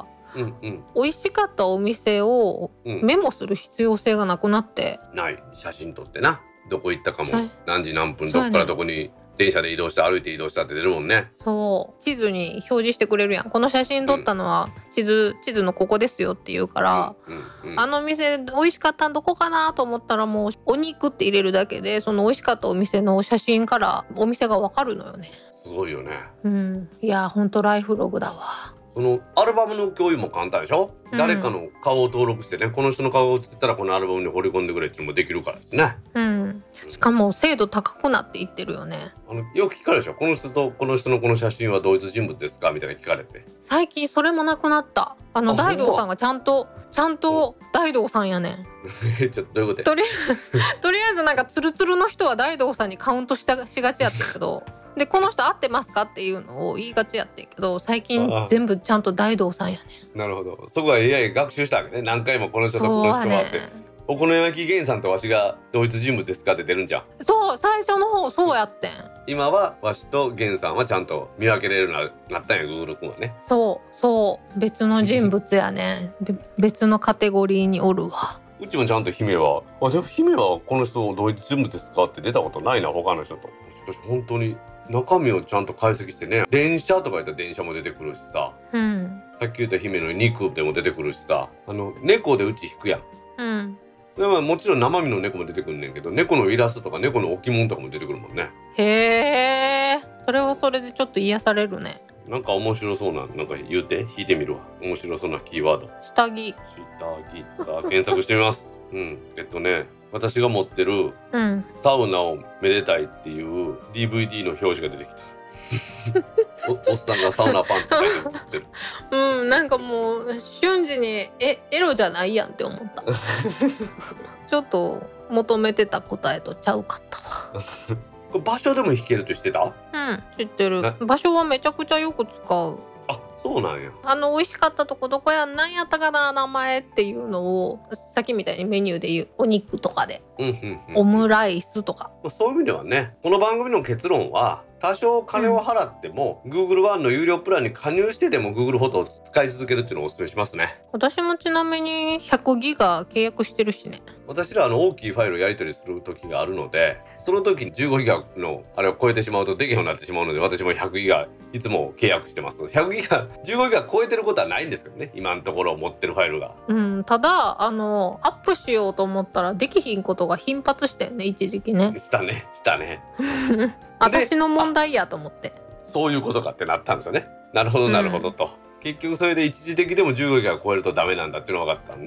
うんうん、美味しかったお店をメモする必要性がなくなって、 うん、ない写真撮ってなどこ行ったかも何時何分どっからどこに電車で移動した歩いて移動したって出るもんね。 そう地図に表示してくれるやん。この写真撮ったのは地図、うん、地図のここですよって言うから、うんうんうん、あの店美味しかったんどこかなと思ったらもうお肉って入れるだけでその美味しかったお店の写真からお店がわかるのよね。 すごいよね。 うん、いやほんとライフログだわ。 そのアルバムの共有も簡単でしょ、うん、誰かの顔を登録してねこの人の顔が写ってたらこのアルバムに掘り込んでくれっていうのもできるからですね、 うん、しかも精度高くなっていってるよね。 あのよく聞かれるでしょこの人とこの人のこの写真は同一人物ですかみたいな聞かれて。 最近それもなくなった。あの大道さんがちゃんとちゃんと大道さんやねんちょっとどういうこととりとりあえずなんかツルツルの人は大道さんにカウントしたしがちやったけどでこの人合ってますかっていうのを言いがちやってんけど最近全部ちゃんと大道さんやねん。 なるほど。そこは エーアイ 学習したわけね。何回もこの人とこの人はってお好み焼き源さんとわしが同一人物ですかって出るんじゃん。 そう最初の方そうやってん、うん、 今はわしと源さんはちゃんと見分けれるようになったんや Google 君はね。 そうそう別の人物やね別のカテゴリーにおるわ。 うちもちゃんと姫はあじゃあ姫はこの人同一人物ですかって出たことないな他の人と。しかし本当に中身をちゃんと解析してね電車とか言ったら電車も出てくるしさ、うん、さっき言った姫の肉でも出てくるしさあの猫でうち引くやん、うん、でももちろん生身の猫も出てくるんねんけど猫のイラストとか猫の置物とかも出てくるもんね。 へーそれはそれでちょっと癒されるね。 なんか面白そうななんか言うて引いてみるわ。面白そうなキーワード下着下着さあ検索してみますうんえっとね私が持ってるサウナをめでたいっていう ディーブイディー の表示が出てきたお, おっさんがサウナパンツ履いて写ってるうんなんかもう瞬時にえエロじゃないやんって思ったちょっと求めてた答えとちゃうかったわこれ場所でも弾けるとしてた？ うん知ってる。場所はめちゃくちゃよく使う。 あそうなんや。 あの美味しかったとこどこやなんやったかな名前っていうのをさっきみたいにメニューで言うお肉とかで、うんうんうん、オムライスとかそういう意味ではねこの番組の結論は多少金を払っても、うん、Google One の有料プランに加入してでも Google フォトを使い続けるっていうのをお勧めしますね。 私もちなみにひゃくギガ契約してるしね。 私らあの大きいファイルをやり取りする時があるのでその時にじゅうごギガのあれを超えてしまうとできへんようになってしまうので私もひゃくギガいつも契約してます。ひゃくギガじゅうごギガ超えてることはないんですけどね今のところ持ってるファイルが、 うん、ただあのアップしようと思ったらできひんことが頻発してんね一時期ね。 したねしたね私の問題やと思ってそういうことかってなったんですよね。なるほどなるほどと、うん、結局それで一時的でもじゅうごギガ超えるとダメなんだっていうのが分かったんで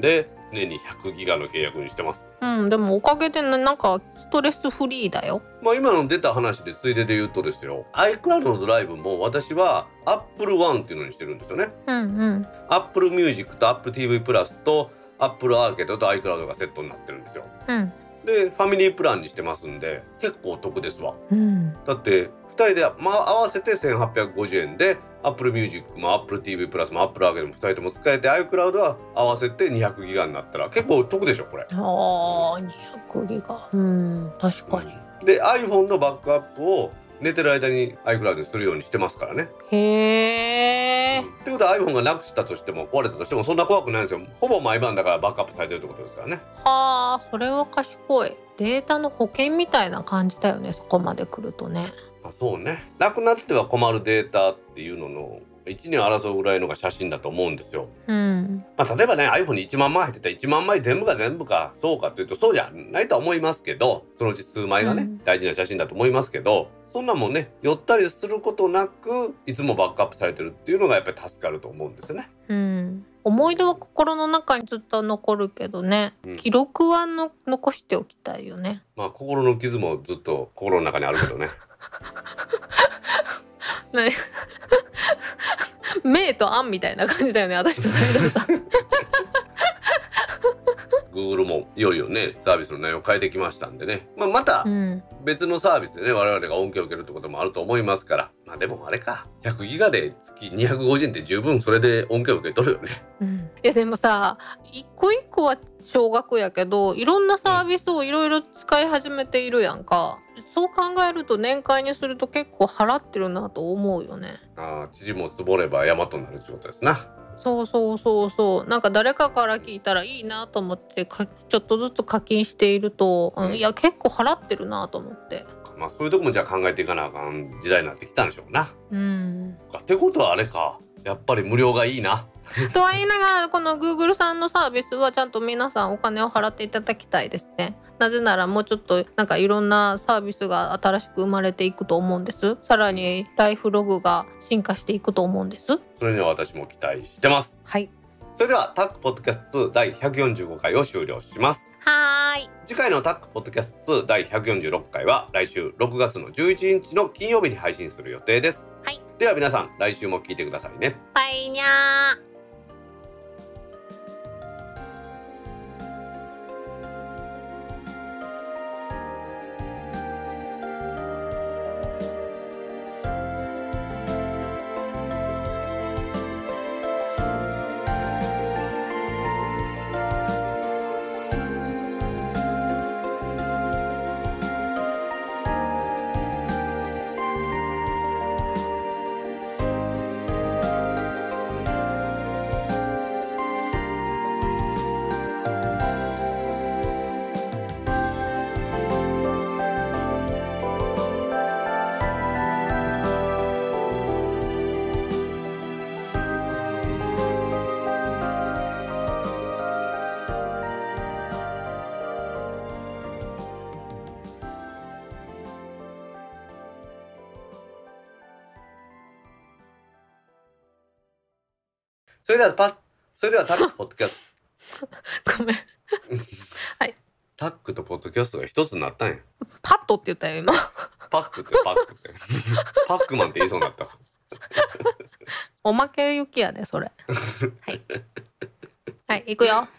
常にひゃくギガの契約にしてます。 うん、でもおかげでなんかストレスフリーだよ。 まあ今の出た話でついでで言うとですよ、 iCloud のドライブも私は Apple One っていうのにしてるんですよね。 うんうん。 Apple Music と Apple ティーブイ プラスと Apple Arcade と iCloud がセットになってるんですよ。 うんでファミリープランにしてますんで結構お得ですわ。 うん。 だってふたりで、まあ、合わせてせんはっぴゃくごじゅうえんで Apple Music も Apple ティーブイ プラスも Apple Arcade もふたりとも使えて iCloud は合わせてにひゃくギガになったら結構お得でしょこれ。 ああ、にひゃくギガ。うん、確かに。 で iPhone のバックアップを寝てる間に iCloud にするようにしてますからね。 へえ。 ってことは iPhone がなくしたとしても壊れたとしてもそんな怖くないんですよ。ほぼ毎晩だからバックアップされてるってことですからね。 はあ、それは賢い。データの保険みたいな感じだよね、そこまで来るとね。 あ、そうね。なくなっては困るデータっていうののいちねん争うぐらいのが写真だと思うんですよ。 うん。 まあ、例えばね iPhone にいちまんまい入ってたらいちまんまい全部が全部かそうかというとそうじゃないとは思いますけど、そのうち数枚がね、うん、大事な写真だと思いますけど、そんなもんね寄ったりすることなくいつもバックアップされてるっていうのがやっぱり助かると思うんですよね。 うん、思い出は心の中にずっと残るけどね、うん、記録はの残しておきたいよね。 まあ心の傷もずっと心の中にあるけどね。 ねメイとアンみたいな感じだよね、私と大道さん。 Google もいよいよねサービスの内容を変えてきましたんでね、まあ、また別のサービスでね我々が恩恵を受けるってこともあると思いますから、まあでもあれかひゃくギガで月にひゃくごじゅうえんって十分それで恩恵を受け取るよね。 うん、いやでもさ一個一個は少額やけどいろんなサービスをいろいろ使い始めているやんか、うん、そう考えると年会にすると結構払ってるなと思うよね。 ああ、縮も積もれば山となるってことですな。 そうそうそうそう、なんか誰かから聞いたらいいなと思ってかちょっとずつ課金していると、うん、いや結構払ってるなと思って、 まあそういうとこもじゃあ考えていかなあかん時代になってきたんでしょうな。 うん。 ってことはあれか、やっぱり無料がいいな。 とは言いながらこの Google さんのサービスはちゃんと皆さんお金を払っていただきたいですね。なぜならもうちょっとなんかいろんなサービスが新しく生まれていくと思うんです。さらにライフログが進化していくと思うんです。 それには私も期待してます。 はい。 それではタックポッドキャストだいひゃくよんじゅうごかいを終了します。 はーい。 次回のタックポッドキャストだいひゃくよんじゅうろっかいは来週ろくがつのじゅういちにちの金曜日に配信する予定です。 はい。 では皆さん来週も聞いてくださいね。 バイニャー。 それではパそれではタックポッドキャストごめんはい、 タックとポッドキャストが一つになったんや。 パットって言ったよ今。 パックってパックってパックマンって言いそうになった。 おまけゆきやでそれ。はいはい、行くよ。